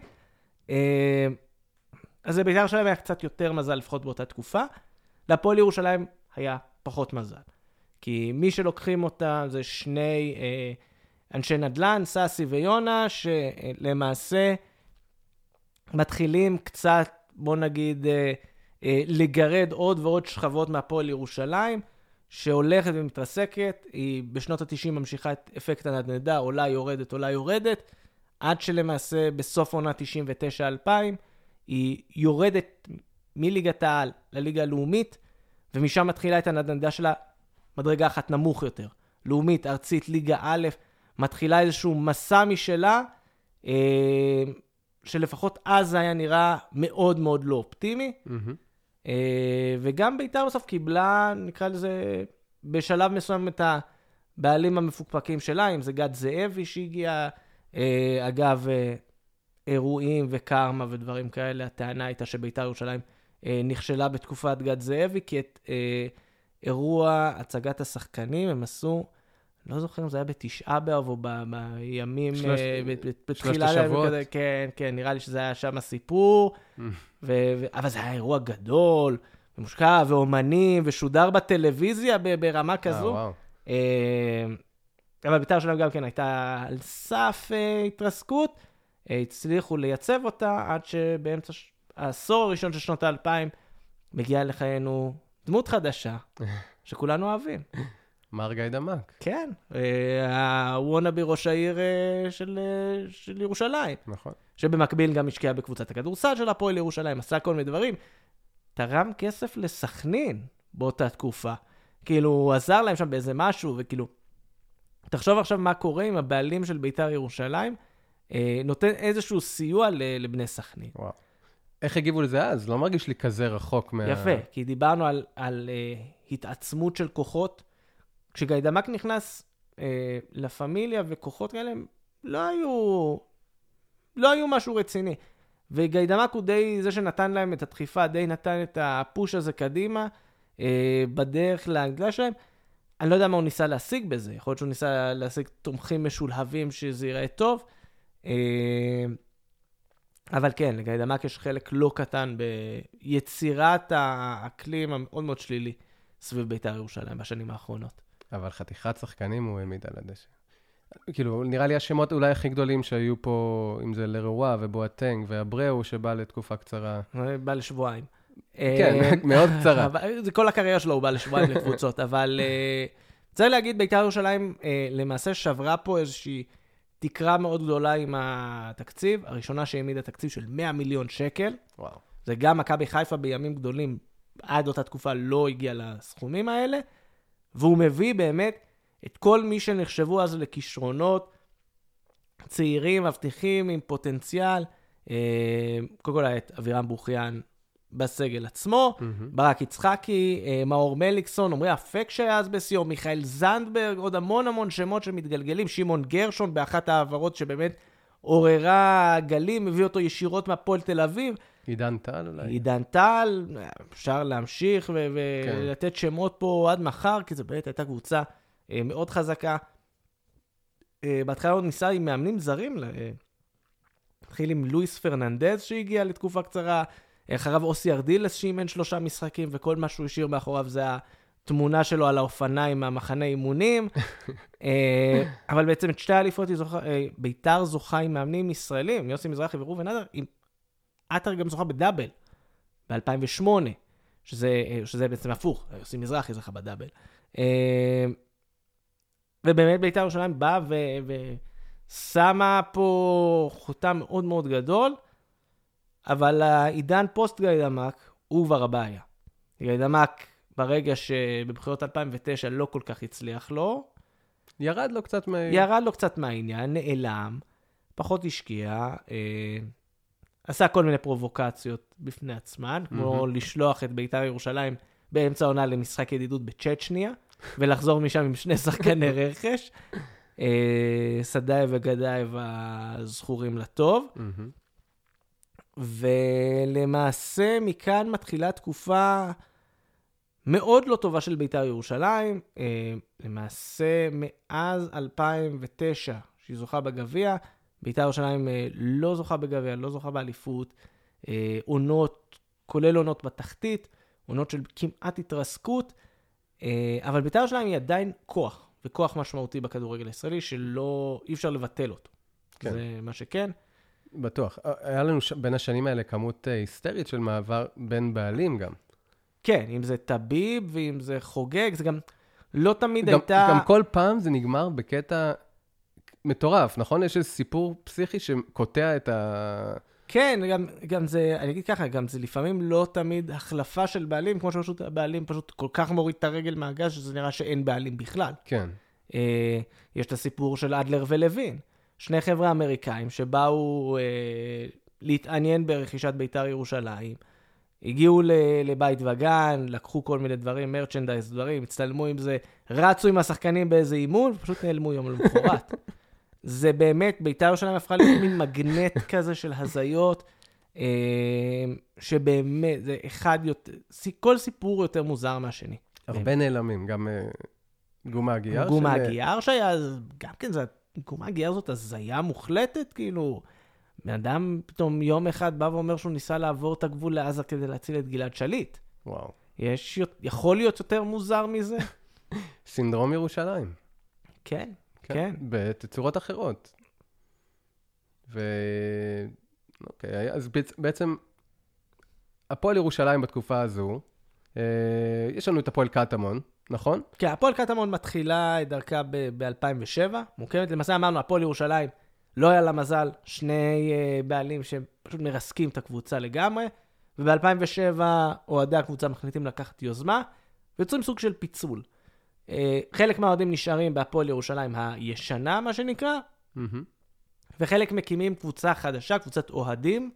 אז בית"ר ירושלים היה קצת יותר מזל, לפחות באותה תקופה. להפועל ירושלים היה פחות מזל. כי מי שלוקחים אותה זה 2 אנשי נדל"ן, סאסי ויונה, שלמעשה מתחילים קצת, בוא נגיד, לגרד עוד ועוד שכבות מהפועל ירושלים, שהולכת ומתרסקת. היא בשנות ה-90 ממשיכה את אפקט הנדנדה, עולה יורדת, עד שלמעשה בסוף עונה 99-2000, היא יורדת מליגת העל לליגה הלאומית, ומשם מתחילה את הנדנדה שלה מדרגה אחת נמוך יותר. לאומית, ארצית, ליגה א', מתחילה איזשהו מסע משלה, שלפחות אז היה נראה מאוד מאוד לא אופטימי. וגם בית"ר בסוף קיבלה, נקרא לזה, בשלב מסוים את הבעלים המפוקפקים שלה, אם זה גד זאבי שהגיע, אגב, אירועים וקרמה ודברים כאלה. הטענה הייתה שבית"ר ירושלים נכשלה בתקופת גד זאבי, כי את אירוע הצגת השחקנים, הם עשו, לא זוכר אם זה היה בתשעה באב או בימים, שלושת השבועות. כן, כן, נראה לי שזה היה שם הסיפור, אבל זה היה אירוע גדול, ומושקע, ואומנים, ושודר בטלוויזיה ברמה כזו. אבל בית"ר ירושלים גם כן הייתה על סף התרסקות, הצליחו לייצב אותה עד שבאמצע העשור הראשון של שנות ה-2000 מגיעה לחיינו דמות חדשה שכולנו אוהבים. מר גיא דמק. כן, הוואנאבי ראש העיר של ירושלים. נכון. שבמקביל גם השקיע בקבוצת הכדורסל של הפועל ירושלים, עשה כל מיני דברים. תרם כסף לסכנין באותה תקופה. כאילו, הוא עזר להם שם באיזה משהו, וכאילו, תחשוב עכשיו מה קורה עם הבעלים של בית"ר ירושלים, נותן איזשהו סיוע לבני סכנין. וואו. איך הגיבו לזה אז? לא מרגיש לי כזה רחוק מה... יפה, כי דיברנו על התעצמות של כוחות. כשגיא דמק נכנס לפמיליה וכוחות כאלה, לא היו משהו רציני. וגיא דמק הוא די זה שנתן להם את הדחיפה, די נתן את הפוש הזה קדימה, בדרך להגדלה שלהם. אני לא יודע מה הוא ניסה להשיג בזה. יכול להיות שהוא ניסה להשיג תומכים משולהבים שזה ייראה טוב. אבל כן, לגיא דמק יש חלק לא קטן ביצירת האקלים המאוד מאוד שלילי סביב בית"ר ירושלים בשנים האחרונות. אבל חתיכת שחקנים הוא העמיד על הדשא. כאילו, נראה לי השמות אולי הכי גדולים שהיו פה, אם זה לרואה ובואטנג והברהו שבא לתקופה קצרה. בא לשבועיים. כן, מאוד קצרה. זה כל הקריירה שלו, הוא בא לשבועיים לקבוצות, אבל צריך להגיד, בית"ר ירושלים למעשה שברה פה איזושהי תקרה מאוד גדולה עם התקציב, הראשונה שהעמידה תקציב של 100 מיליון שקל. וואו. זה גם מכבי חיפה בימים גדולים, עד אותה תקופה לא הגיע לסכומים האלה, והוא מביא באמת את כל מי שנחשבו אז לכישרונות, צעירים, מבטיחים, עם פוטנציאל, קודם כל את אבירם ברוכיאן בסגל עצמו, ברק יצחקי, מאור מליקסון, עמרי אפק שהיה אז בסיור, מיכאל זנדברג, עוד המון שמות שמתגלגלים, שמעון גרשון באחת העברות שבאמת עוררה גלים, הביא אותו ישירות מהפועל תל אביב. עידן טל אולי. עידן טל, אפשר להמשיך ולתת שמות פה עד מחר, כי זו באמת הייתה קבוצה מאוד חזקה. בהתחלה עוד ניסה עם מאמנים זרים, התחיל עם לואיס פרננדז שהגיע לתקופה קצרה, אחריו אוסי ארדילס שאימן 3 משחקים, וכל מה שהוא השאיר מאחוריו זה התמונה שלו על האופניים מהמחנה אימונים. אבל בעצם את שתי האליפות בית"ר זוכה עם מאמנים ישראלים, יוסי מזרחי וראובן עטר, עם עטר גם זוכה בדאבל, ב-2008, שזה בעצם הפוך, יוסי מזרחי זוכה בדאבל. ובאמת בית"ר ירושלים באה ושמה פה חותם מאוד מאוד גדול, אבל העידן פוסט גיא דמק הוא כבר הבעיה. גיא דמק ברגע שבבחירות 2009 לא כל כך הצליח לו, ירד לו קצת מהעניין, נעלם, פחות השקיע, עשה כל מיני פרובוקציות בפני עצמן, כמו לשלוח את בית"ר ירושלים באמצע העונה למשחק ידידות בצ'צ'ניה, ולחזור משם עם 2 שחקני רכש, סדאי וגדאי הזכורים לטוב. ולמעשה מכאן מתחילה תקופה מאוד לא טובה של בית"ר ירושלים. למעשה מאז 2009 שהיא זוכה בגביע, בית"ר ירושלים לא זוכה בגביע, לא זוכה באליפות, עונות, כולל עונות בתחתית, עונות של כמעט התרסקות, אבל בית"ר ירושלים היא עדיין כוח, וכוח משמעותי בכדורגל הישראלי שלא, אי אפשר לבטל אותו. כן. זה מה שכן. בטוח. היה לנו בין השנים האלה כמות היסטרית של מעבר בין בעלים גם. כן, אם זה טביב ואם זה חוגג, זה גם לא תמיד הייתה... גם כל פעם זה נגמר בקטע מטורף, נכון? יש איזה סיפור פסיכי שקוטע את ה... כן, גם זה, אני אגיד ככה, גם זה לפעמים לא תמיד החלפה של בעלים, כמו שפשוט הבעלים פשוט כל כך מוריד את הרגל מהגז, שזה נראה שאין בעלים בכלל. כן. יש את הסיפור של אדלר ולוין. 2 חבר'ה אמריקאים שבאו להתעניין ברכישת בית"ר ירושלים, הגיעו לבית וגן, לקחו כל מיני דברים, מרצ'נדייז, דברים, הצטלמו עם זה, רצו עם השחקנים באיזה אימון, ופשוט נעלמו יום למחרת. זה באמת, בית"ר ירושלים הפכה להיות מין מגנט כזה של הזיות, שבאמת, זה כל סיפור יותר מוזר מהשני. הרבה נעלמים, גם גומה הגייר. גומה הגייר שהיה, גם כן, גומה הגייר זאת הזיה מוחלטת, כאילו, בן אדם פתאום יום אחד בא ואומר שהוא ניסה לעבור את הגבול לעזה כדי להציל את גלעד שליט. וואו. יכול להיות יותר מוזר מזה? סינדרום ירושלים. כן, כן. בתצורות אחרות. אוקיי, אז בעצם, הפועל ירושלים בתקופה הזו, יש לנו את הפועל קטמון, נכון? כן, הפועל קטמון מתחילה את דרכה ב-2007, מוקמת, למעשה אמרנו, הפועל ירושלים לא היה לה מזל, שני בעלים שפשוט מרסקים את הקבוצה לגמרי, וב-2007 אוהדי הקבוצה מחליטים לקחת יוזמה, ויוצרים סוג של פיצול. חלק מהאוהדים נשארים בהפועל ירושלים הישנה, מה שנקרא, וחלק מקימים קבוצה חדשה, קבוצת אוהדים,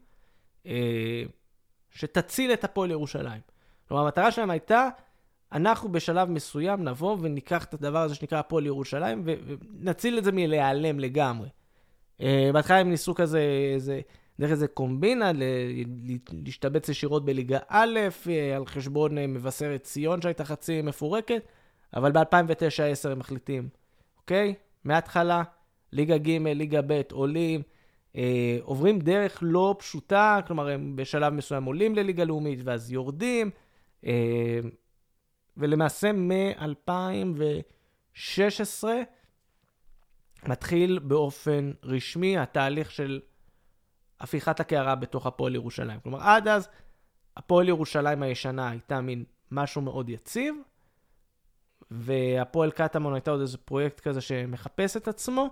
שתציל את הפועל ירושלים. כלומר, המטרה שלהם הייתה, אנחנו בשלב מסוים נבוא וניקח את הדבר הזה שנקרא הפועל ירושלים, ונציל את זה מלהיעלם לגמרי. בהתחלה הם ניסו כזה, דרך איזה קומבינה, להשתבץ ישירות בליגה א', על חשבון מבשרת ציון שהייתה חצי מפורקת, אבל ב-2009-2010 הם מחליטים, אוקיי? מההתחלה, ליגה ג', ליגה ב', עולים, עוברים דרך לא פשוטה, כלומר הם בשלב מסוים עולים לליגה לאומית, ואז יורדים, ולמעשה מ-2016 מתחיל באופן רשמי התהליך של הפיכת הקערה בתוך הפועל ירושלים. כלומר, עד אז הפועל ירושלים הישנה הייתה מין משהו מאוד יציב, והפועל קטמון הייתה עוד איזה פרויקט כזה שמחפש את עצמו,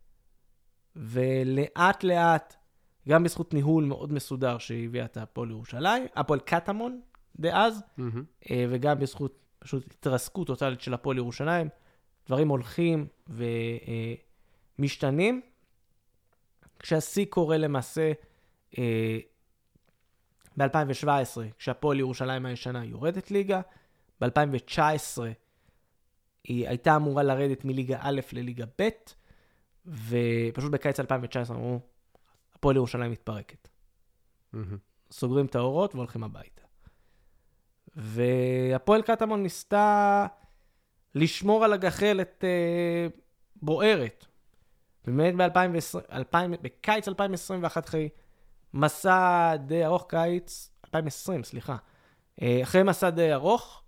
ולאט לאט, גם בזכות ניהול מאוד מסודר שהביאה את הפועל ירושלים, הפועל קטמון דאז, וגם בזכות פשוט התרסקות טוטלית של הפועל ירושלים, דברים הולכים ומשתנים, כשהשיא קורה למעשה ב-2017, כשהפועל ירושלים הישנה יורדת ליגה, ב-2019 היא הייתה אמורה לרדת מליגה א' לליגה ב', ופשוט בקיץ 2019 אמרו, הפועל ירושלים מתפרקת. סוגרים את האורות והולכים הביתה. והפועל קטמון ניסתה לשמור על הגחלת בוערת. באמת בקיץ 2021 אחרי מסע די ארוך, קיץ 2020, סליחה. אחרי מסע די ארוך,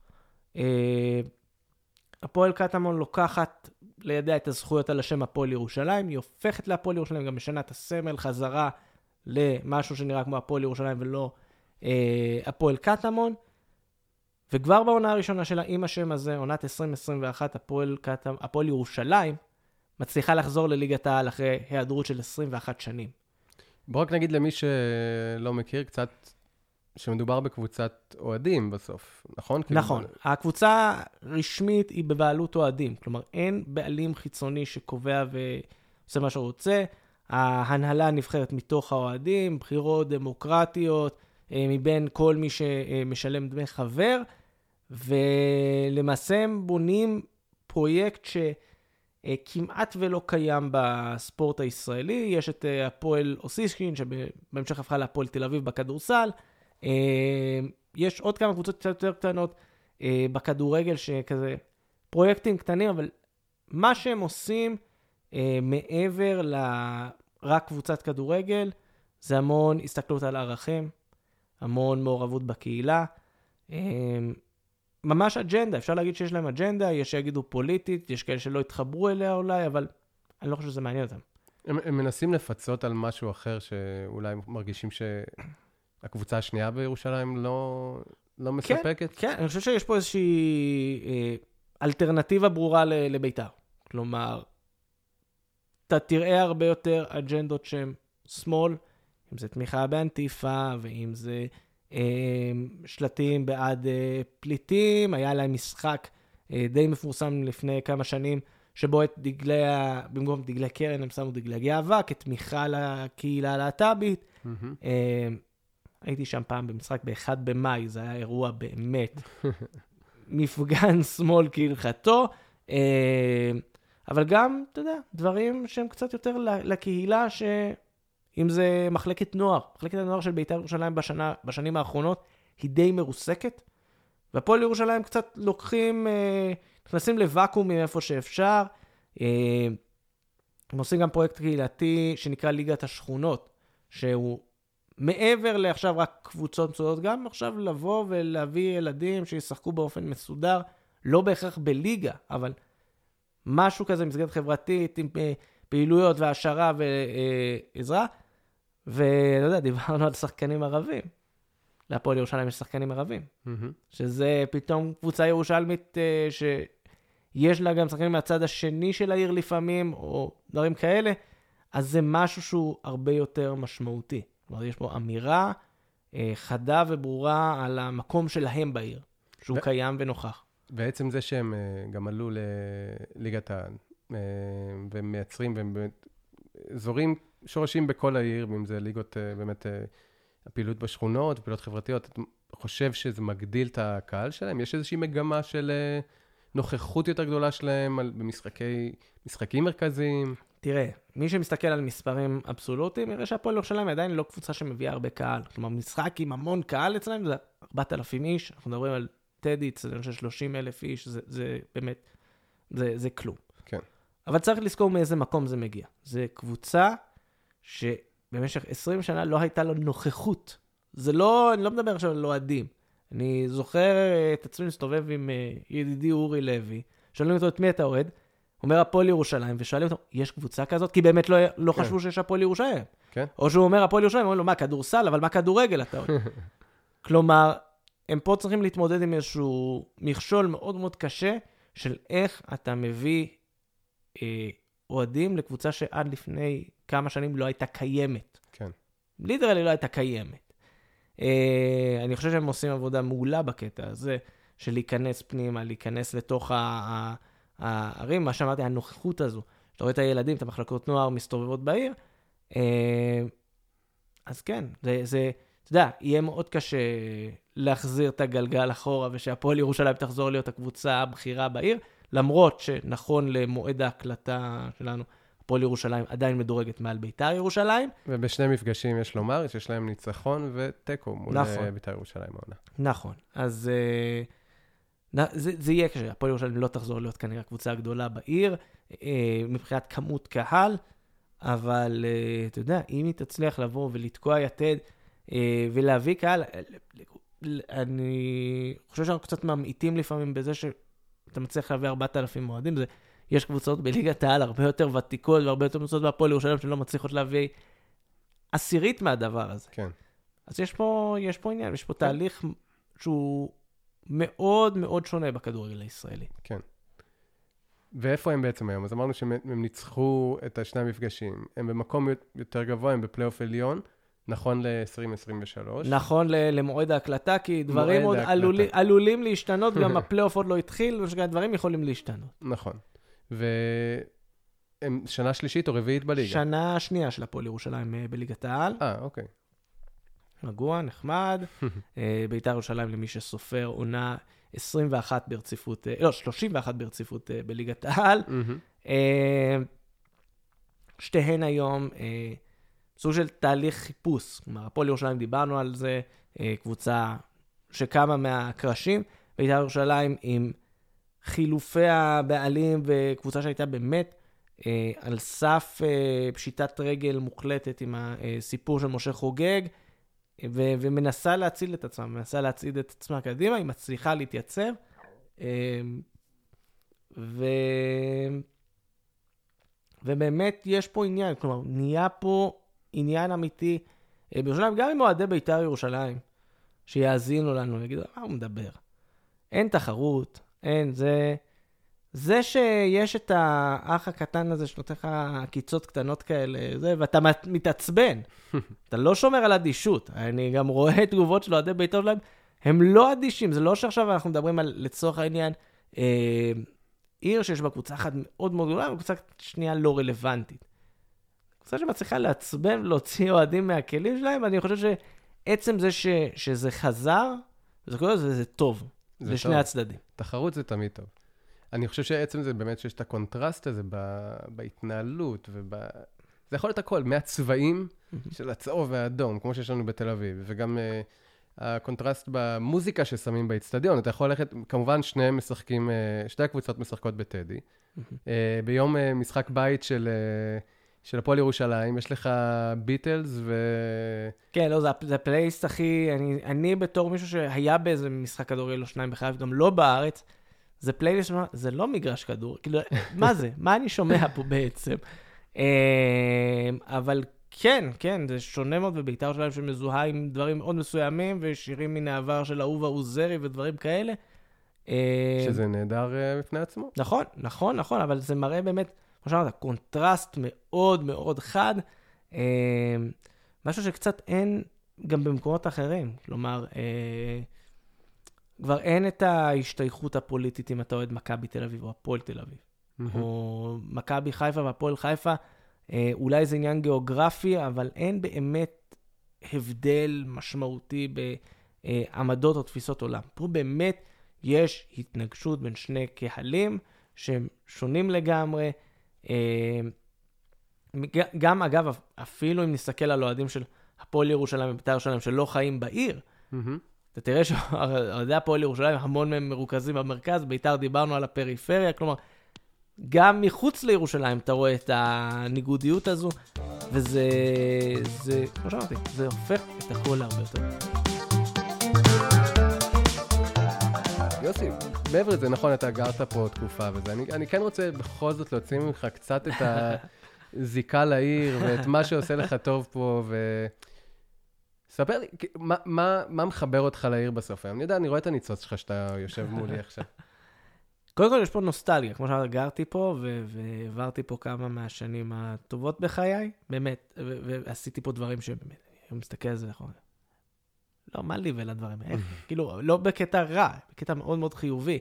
הפועל קטמון לוקחת לידיה את הזכויות על השם הפועל ירושלים, היא הופכת להפועל ירושלים, גם משנה את הסמל חזרה למשהו שנראה כמו הפועל ירושלים ולא הפועל קטמון, וכבר בעונה הראשונה שלה עם השם הזה, עונת 2021, הפועל ירושלים מצליחה לחזור לליגת העל אחרי היעדרות של 21 שנים. בוא רק נגיד למי שלא מכיר קצת, שמדובר בקבוצת אוהדים בסוף, נכון? נכון. הקבוצה רשמית היא בבעלות אוהדים. כלומר, אין בעלים חיצוני שקובע ועושה מה שהוא רוצה. ההנהלה נבחרת מתוך האוהדים, בחירות דמוקרטיות, מבין כל מי שמשלם דמי חבר, ולמעשה הם בונים פרויקט שכמעט ולא קיים בספורט הישראלי. יש את הפועל אוסישקין, שבהמשך הפכה להפועל תל אביב בכדורסל, יש עוד כמה קבוצות קצת יותר קטנות בכדורגל שכזה פרויקטים קטנים, אבל מה שהם עושים מעבר לרק קבוצת כדורגל, זה המון הסתכלות על ערכים, המון מעורבות בקהילה, ממש אג'נדה, אפשר להגיד שיש להם אג'נדה, יש שיגידו פוליטית, יש כאלה שלא התחברו אליה אולי, אבל אני לא חושב שזה מעניין אותם. הם מנסים לפצות על משהו אחר שאולי מרגישים הקבוצה השנייה בירושלים לא מספקת? כן, אני חושב שיש פה איזושהי אלטרנטיבה ברורה לביתר. כלומר, אתה תראה הרבה יותר אג'נדות שהן שמאל, אם זה תמיכה באנטיפה, ואם זה שלטים בעד פליטים. היה להם משחק די מפורסם לפני כמה שנים, שבו במקום דגלי קרן הם שמו דגלי גאווה, כתמיכה לקהילה הלהט"בית. הייתי שם פעם במשחק ב-1 במאי, זה היה אירוע באמת מפגן שמאל כהלכתו, אבל גם, אתה יודע, דברים שהם קצת יותר לקהילה, שאם זה מחלקת הנוער של בית"ר ירושלים בשנים האחרונות, היא די מרוסקת, והפועל ירושלים קצת לוקחים, נכנסים לוואקום מאיפה שאפשר. הם עושים גם פרויקט קהילתי שנקרא ליגת השכונות, שהוא מעבר לעכשיו רק קבוצות מסודרות, גם עכשיו לבוא ולהביא ילדים שישחקו באופן מסודר, לא בהכרח בליגה, אבל משהו כזה, מסגרת חברתית, עם פעילויות והשערה ועזרה. ואתה יודע, דיברנו על שחקנים ערבים. להפועל ירושלים יש שחקנים ערבים. שזה פתאום קבוצה ירושלמית שיש לה גם שחקנים מהצד השני של העיר לפעמים, או דברים כאלה, אז זה משהו שהוא הרבה יותר משמעותי. כלומר, יש פה אמירה חדה וברורה על המקום שלהם בעיר, שהוא קיים ונוכח. בעצם זה שהם גם עלו לליגת העל, ומייצרים, והם אזורים שורשים בכל העיר, ואם זה ליגות באמת הפעילות בשכונות, פעילות חברתיות, אתה חושב שזה מגדיל את הקהל שלהם? יש איזושהי מגמה של נוכחות יותר גדולה שלהם במשחקים מרכזיים? תראה, מי שמסתכל על מספרים אבסולוטיים, יראה שהפועל ירושלים עדיין לא קבוצה שמביאה הרבה קהל. כלומר, משחק עם המון קהל אצלם, זה 4,000 איש, אנחנו מדברים על טדי, אצלנו של 30,000 איש, זה באמת, זה כלום. כן. אבל צריך לזכור מאיזה מקום זה מגיע. זה קבוצה שבמשך 20 שנה לא הייתה לו נוכחות. זה לא, אני לא מדבר עכשיו על אוהדים. אני זוכר את עצמי מסתובב עם ידידי אורי לוי, שואלים אותו את מי אתה אוהד, אומר הפועל ירושלים, ושואלים אותו, יש קבוצה כזאת? כי באמת לא חשבו שיש הפועל ירושלים. כן. או שהוא אומר הפועל ירושלים, אומרים לו, מה, כדורסל, אבל מה כדורגל אתה אוהד? כלומר, הם פה צריכים להתמודד עם איזשהו מכשול מאוד מאוד קשה, של איך אתה מביא אוהדים לקבוצה שעד לפני כמה שנים לא הייתה קיימת. כן. ליטרלי לא הייתה קיימת. אני חושב שהם עושים עבודה מעולה בקטע הזה, של להיכנס פנימה, להיכנס לתוך הערים, מה שאמרתי, הנוכחות הזו. אתה רואה את הילדים, את המחלקות נוער מסתובבות בעיר, אז כן, זה, אתה יודע, יהיה מאוד קשה להחזיר את הגלגל אחורה, ושהפועל ירושלים תחזור להיות הקבוצה הבכירה בעיר, למרות שנכון למועד ההקלטה שלנו, הפועל ירושלים עדיין מדורגת מעל ביתר ירושלים. ובשני מפגשים יש לומר שיש להם ניצחון וטקו מול ביתר ירושלים. נכון, אז זה יהיה קשה, הפועל ירושלים לא תחזור להיות כנראה הקבוצה הגדולה בעיר, מבחינת כמות קהל, אבל אתה יודע, אם היא תצליח לבוא ולתקוע יתד, ולהביא קהל, אני חושב שאנחנו קצת ממעיטים לפעמים בזה שאתה מצליח להביא 4,000 מועדים, יש קבוצות בליגת העל הרבה יותר ותיקות, והרבה יותר קבוצות בהפועל ירושלים שלא מצליחות להביא עשירית מהדבר הזה. כן. אז יש פה עניין, יש פה תהליך שהוא מאוד מאוד שונה בכדורגל הישראלי. כן. ואיפה הם בעצם היום? אז אמרנו שהם ניצחו את השני המפגשים. הם במקום יותר גבוה, הם בפלייאוף עליון, נכון ל-2023. נכון למועד ההקלטה, כי דברים עוד עלולים להשתנות, גם הפלייאוף עוד לא התחיל, ודברים יכולים להשתנות. נכון. והם שנה שלישית או רביעית בליגה? שנה שנייה של הפועל ירושלים בליגת העל. אוקיי. רגוע, נחמד. ביתר ירושלים למי שסופר עונה 31 ברציפות, לא, 31 ברציפות בליגת העל. שתיהן היום סוג של תהליך חיפוש. כלומר, הפועל ירושלים דיברנו על זה, קבוצה שקמה מהקרשים, ביתר ירושלים עם חילופי הבעלים וקבוצה שהייתה באמת על סף פשיטת רגל מוחלטת עם הסיפור של משה חוגג, ומנסה להציל את עצמה, מנסה להציל את עצמה קדימה, היא מצליחה להתייצב, ובאמת יש פה עניין, כלומר, נהיה פה עניין אמיתי בירושלים, גם עם אוהדי ביתר ירושלים, שיאזינו לנו, יגידו, מה הוא מדבר? אין תחרות, אין, זה שיש את האח הקטן הזה שנותן לך קיצות קטנות כאלה, ואתה מתעצבן. אתה לא שומר על אדישות. אני גם רואה תגובות של אוהדי ביתר שלהם, הם לא אדישים. זה לא שעכשיו אנחנו מדברים על, לצורך העניין, עיר שיש בה קבוצה אחת מאוד מאוד גדולה, וקבוצה שנייה לא רלוונטית. קבוצה שמצליחה לעצבן ולהוציא אוהדים מהכלים שלהם, ואני חושב שעצם זה שזה חזר, זה טוב. זה שני הצדדים. תחרות זה תמיד טוב. אני חושב שעצם זה באמת שיש את הקונטרסט הזה בהתנהלות, זה יכול להיות הכל, מהצבעים של הצהוב והאדום, כמו שיש לנו בתל אביב, וגם הקונטרסט במוזיקה ששמים באצטדיון. אתה יכול ללכת, כמובן שתי הקבוצות משחקות בטדי. ביום משחק בית של הפועל ירושלים, יש לך ביטלס כן, לא, זה הפלייסט הכי... אני בתור מישהו שהיה באיזה משחק כדורגל או שניים בחייו, גם לא בארץ, זה פלייליסט, זה לא מגרש כדור. כאילו, מה זה? מה אני שומע פה בעצם? אבל כן, זה שונה מאוד, ובית"ר שלהם שמזוהה עם דברים מאוד מסוימים, ושירים מן העבר של אהובה עוזרי ודברים כאלה. שזה נהדר בפני עצמו. נכון, אבל זה מראה באמת, כמו שאמרת, קונטרסט מאוד מאוד חד, משהו שקצת אין גם במקומות אחרים. כלומר, כבר אין את ההשתייכות הפוליטית אם אתה אוהד מכבי תל אביב או הפועל תל אביב. או מכבי חיפה והפועל חיפה, אולי זה עניין גיאוגרפי, אבל אין באמת הבדל משמעותי בעמדות או תפיסות עולם. פה באמת יש התנגשות בין שני קהלים שהם שונים לגמרי. גם אגב, אפילו אם נסתכל על אוהדים של הפועל ירושלים ובית"ר ירושלים שלא חיים בעיר, אתה תראה שאוהדי הפועל ירושלים המון מהם מרוכזים במרכז, בית"ר דיברנו על הפריפריה, כלומר, גם מחוץ לירושלים אתה רואה את הניגודיות הזו, וזה, כמו שאמרתי, זה הופך את הכל להרבה יותר. יוסי, מעבר לזה, נכון, אתה גרת פה תקופה וזה, אני כן רוצה בכל זאת להוציא ממך קצת את הזיקה לעיר, ואת מה שעושה לך טוב פה, ספר לי, מה מחבר אותך לעיר בסוף היום? אני יודע, אני רואה את הניצוץ שלך שאתה יושב מולי עכשיו. קודם כל יש פה נוסטלגיה, כמו שאמרת, גרתי פה ועברתי פה כמה מהשנים הטובות בחיי, באמת, ועשיתי פה דברים שבאמת, אני מסתכל על זה נכון. לא, מה לי ולדברים האלה? כאילו, לא בקטע רע, בקטע מאוד מאוד חיובי.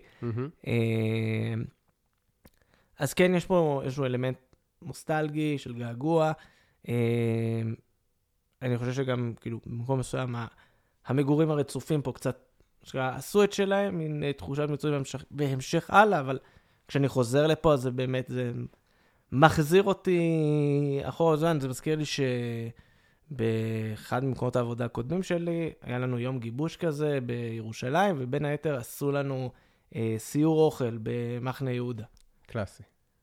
אז כן, יש פה איזשהו אלמנט נוסטלגי של געגוע. אני חושב שגם, כאילו, במקום מסוים, המגורים הרצופים פה קצת עשו את שלהם, מין תחושת מצויים בהמשך הלאה, אבל כשאני חוזר לפה, אז זה באמת, זה מחזיר אותי אחורה זמן. זה מזכיר לי שבאחד ממקומות העבודה הקודמים שלי, היה לנו יום גיבוש כזה בירושלים, ובין היתר עשו לנו סיור אוכל במחנה יהודה. קלאסי.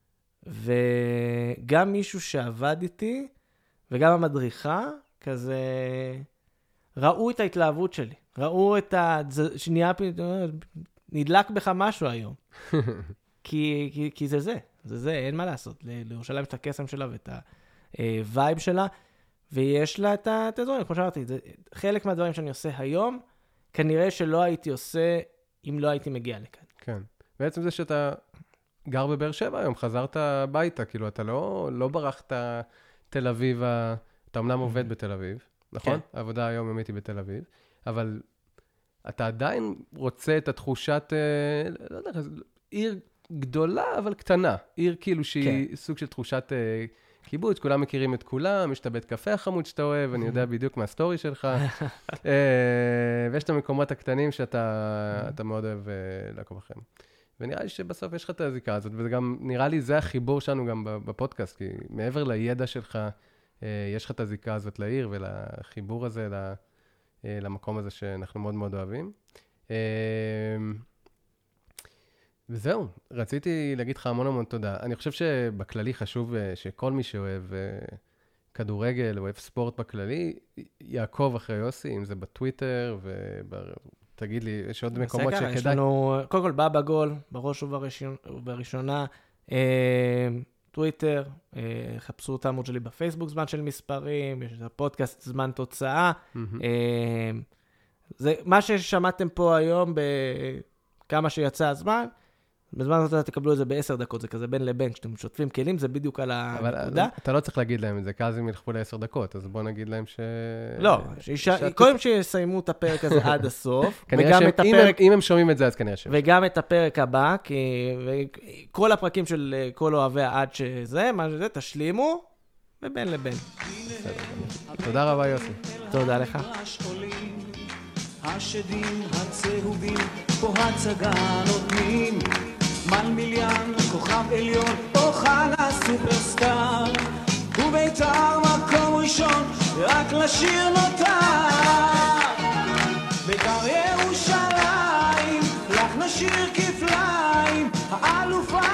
וגם מישהו שעבד איתי, וגם המדריכה, כזה, ראו את ההתלהבות שלי. ראו את שנהיה, נדלק בך משהו היום. כי זה, אין מה לעשות. לירושלים את הקסם שלה ואת הווייב שלה, ויש לה את הדברים, כמו שאמרתי, חלק מהדברים שאני עושה היום, כנראה שלא הייתי עושה אם לא הייתי מגיע לכאן. כן. בעצם זה שאתה גר בבאר שבע היום, חזרת הביתה, כאילו אתה לא ברחת תל אביב, אתה אמנם עובד בתל אביב, נכון? כן. העבודה היום יומית היא בתל אביב, אבל אתה עדיין רוצה את התחושת, לא יודע, עיר גדולה אבל קטנה, עיר כאילו שהיא כן. סוג של תחושת קיבוץ, כולם מכירים את כולם, יש את הבית קפה החמוד שאתה אוהב, אני יודע בדיוק מה הסטורי שלך, ויש את המקומות הקטנים שאתה מאוד אוהב לעקוב אחריהם. ונראה לי שבסוף יש לך את הזיקה הזאת, וגם נראה לי זה החיבור שלנו גם בפודקאסט, כי מעבר לידע שלך, יש לך את הזיקה הזאת לעיר, ולחיבור הזה, למקום הזה שאנחנו מאוד מאוד אוהבים. וזהו, רציתי להגיד לך המון המון תודה. אני חושב שבכללי חשוב שכל מי שאוהב כדורגל, אוהב ספורט בכללי, יעקוב אחרי יוסי, אם זה בטוויטר, תגיד לי, יש עוד מקומות שכדאי. יש לנו, קודם כל, בא בגול, בראש ובראשונה, טוויטר, חפשו את העמוד שלי בפייסבוק, זמן של מספרים, יש את הפודקאסט זמן תוצאה. זה מה ששמעתם פה היום, בכמה שיצא הזמן, בזמן הזאת תקבלו את זה ב10 דקות, זה כזה בין לבין, כשאתם שוטפים כלים, זה בדיוק על הנקודה. אתה לא צריך להגיד להם את זה, כי אז הם ילכו ל10 דקות, אז בוא נגיד להם לא, קודם שיסיימו את הפרק הזה עד הסוף, אם הם שומעים את זה, אז כנראה וגם את הפרק הבא, כל הפרקים של כל אוהביה עד שזה, מה שזה, תשלימו, ובין לבין. תודה רבה, יוסי. תודה לך. השדים הצהובים פה הצגה נותנים מלמיליאן, כוכב עליון, אוחנה סופרסטאר ובית"ר מקום ראשון, רק לשיר נותר סופה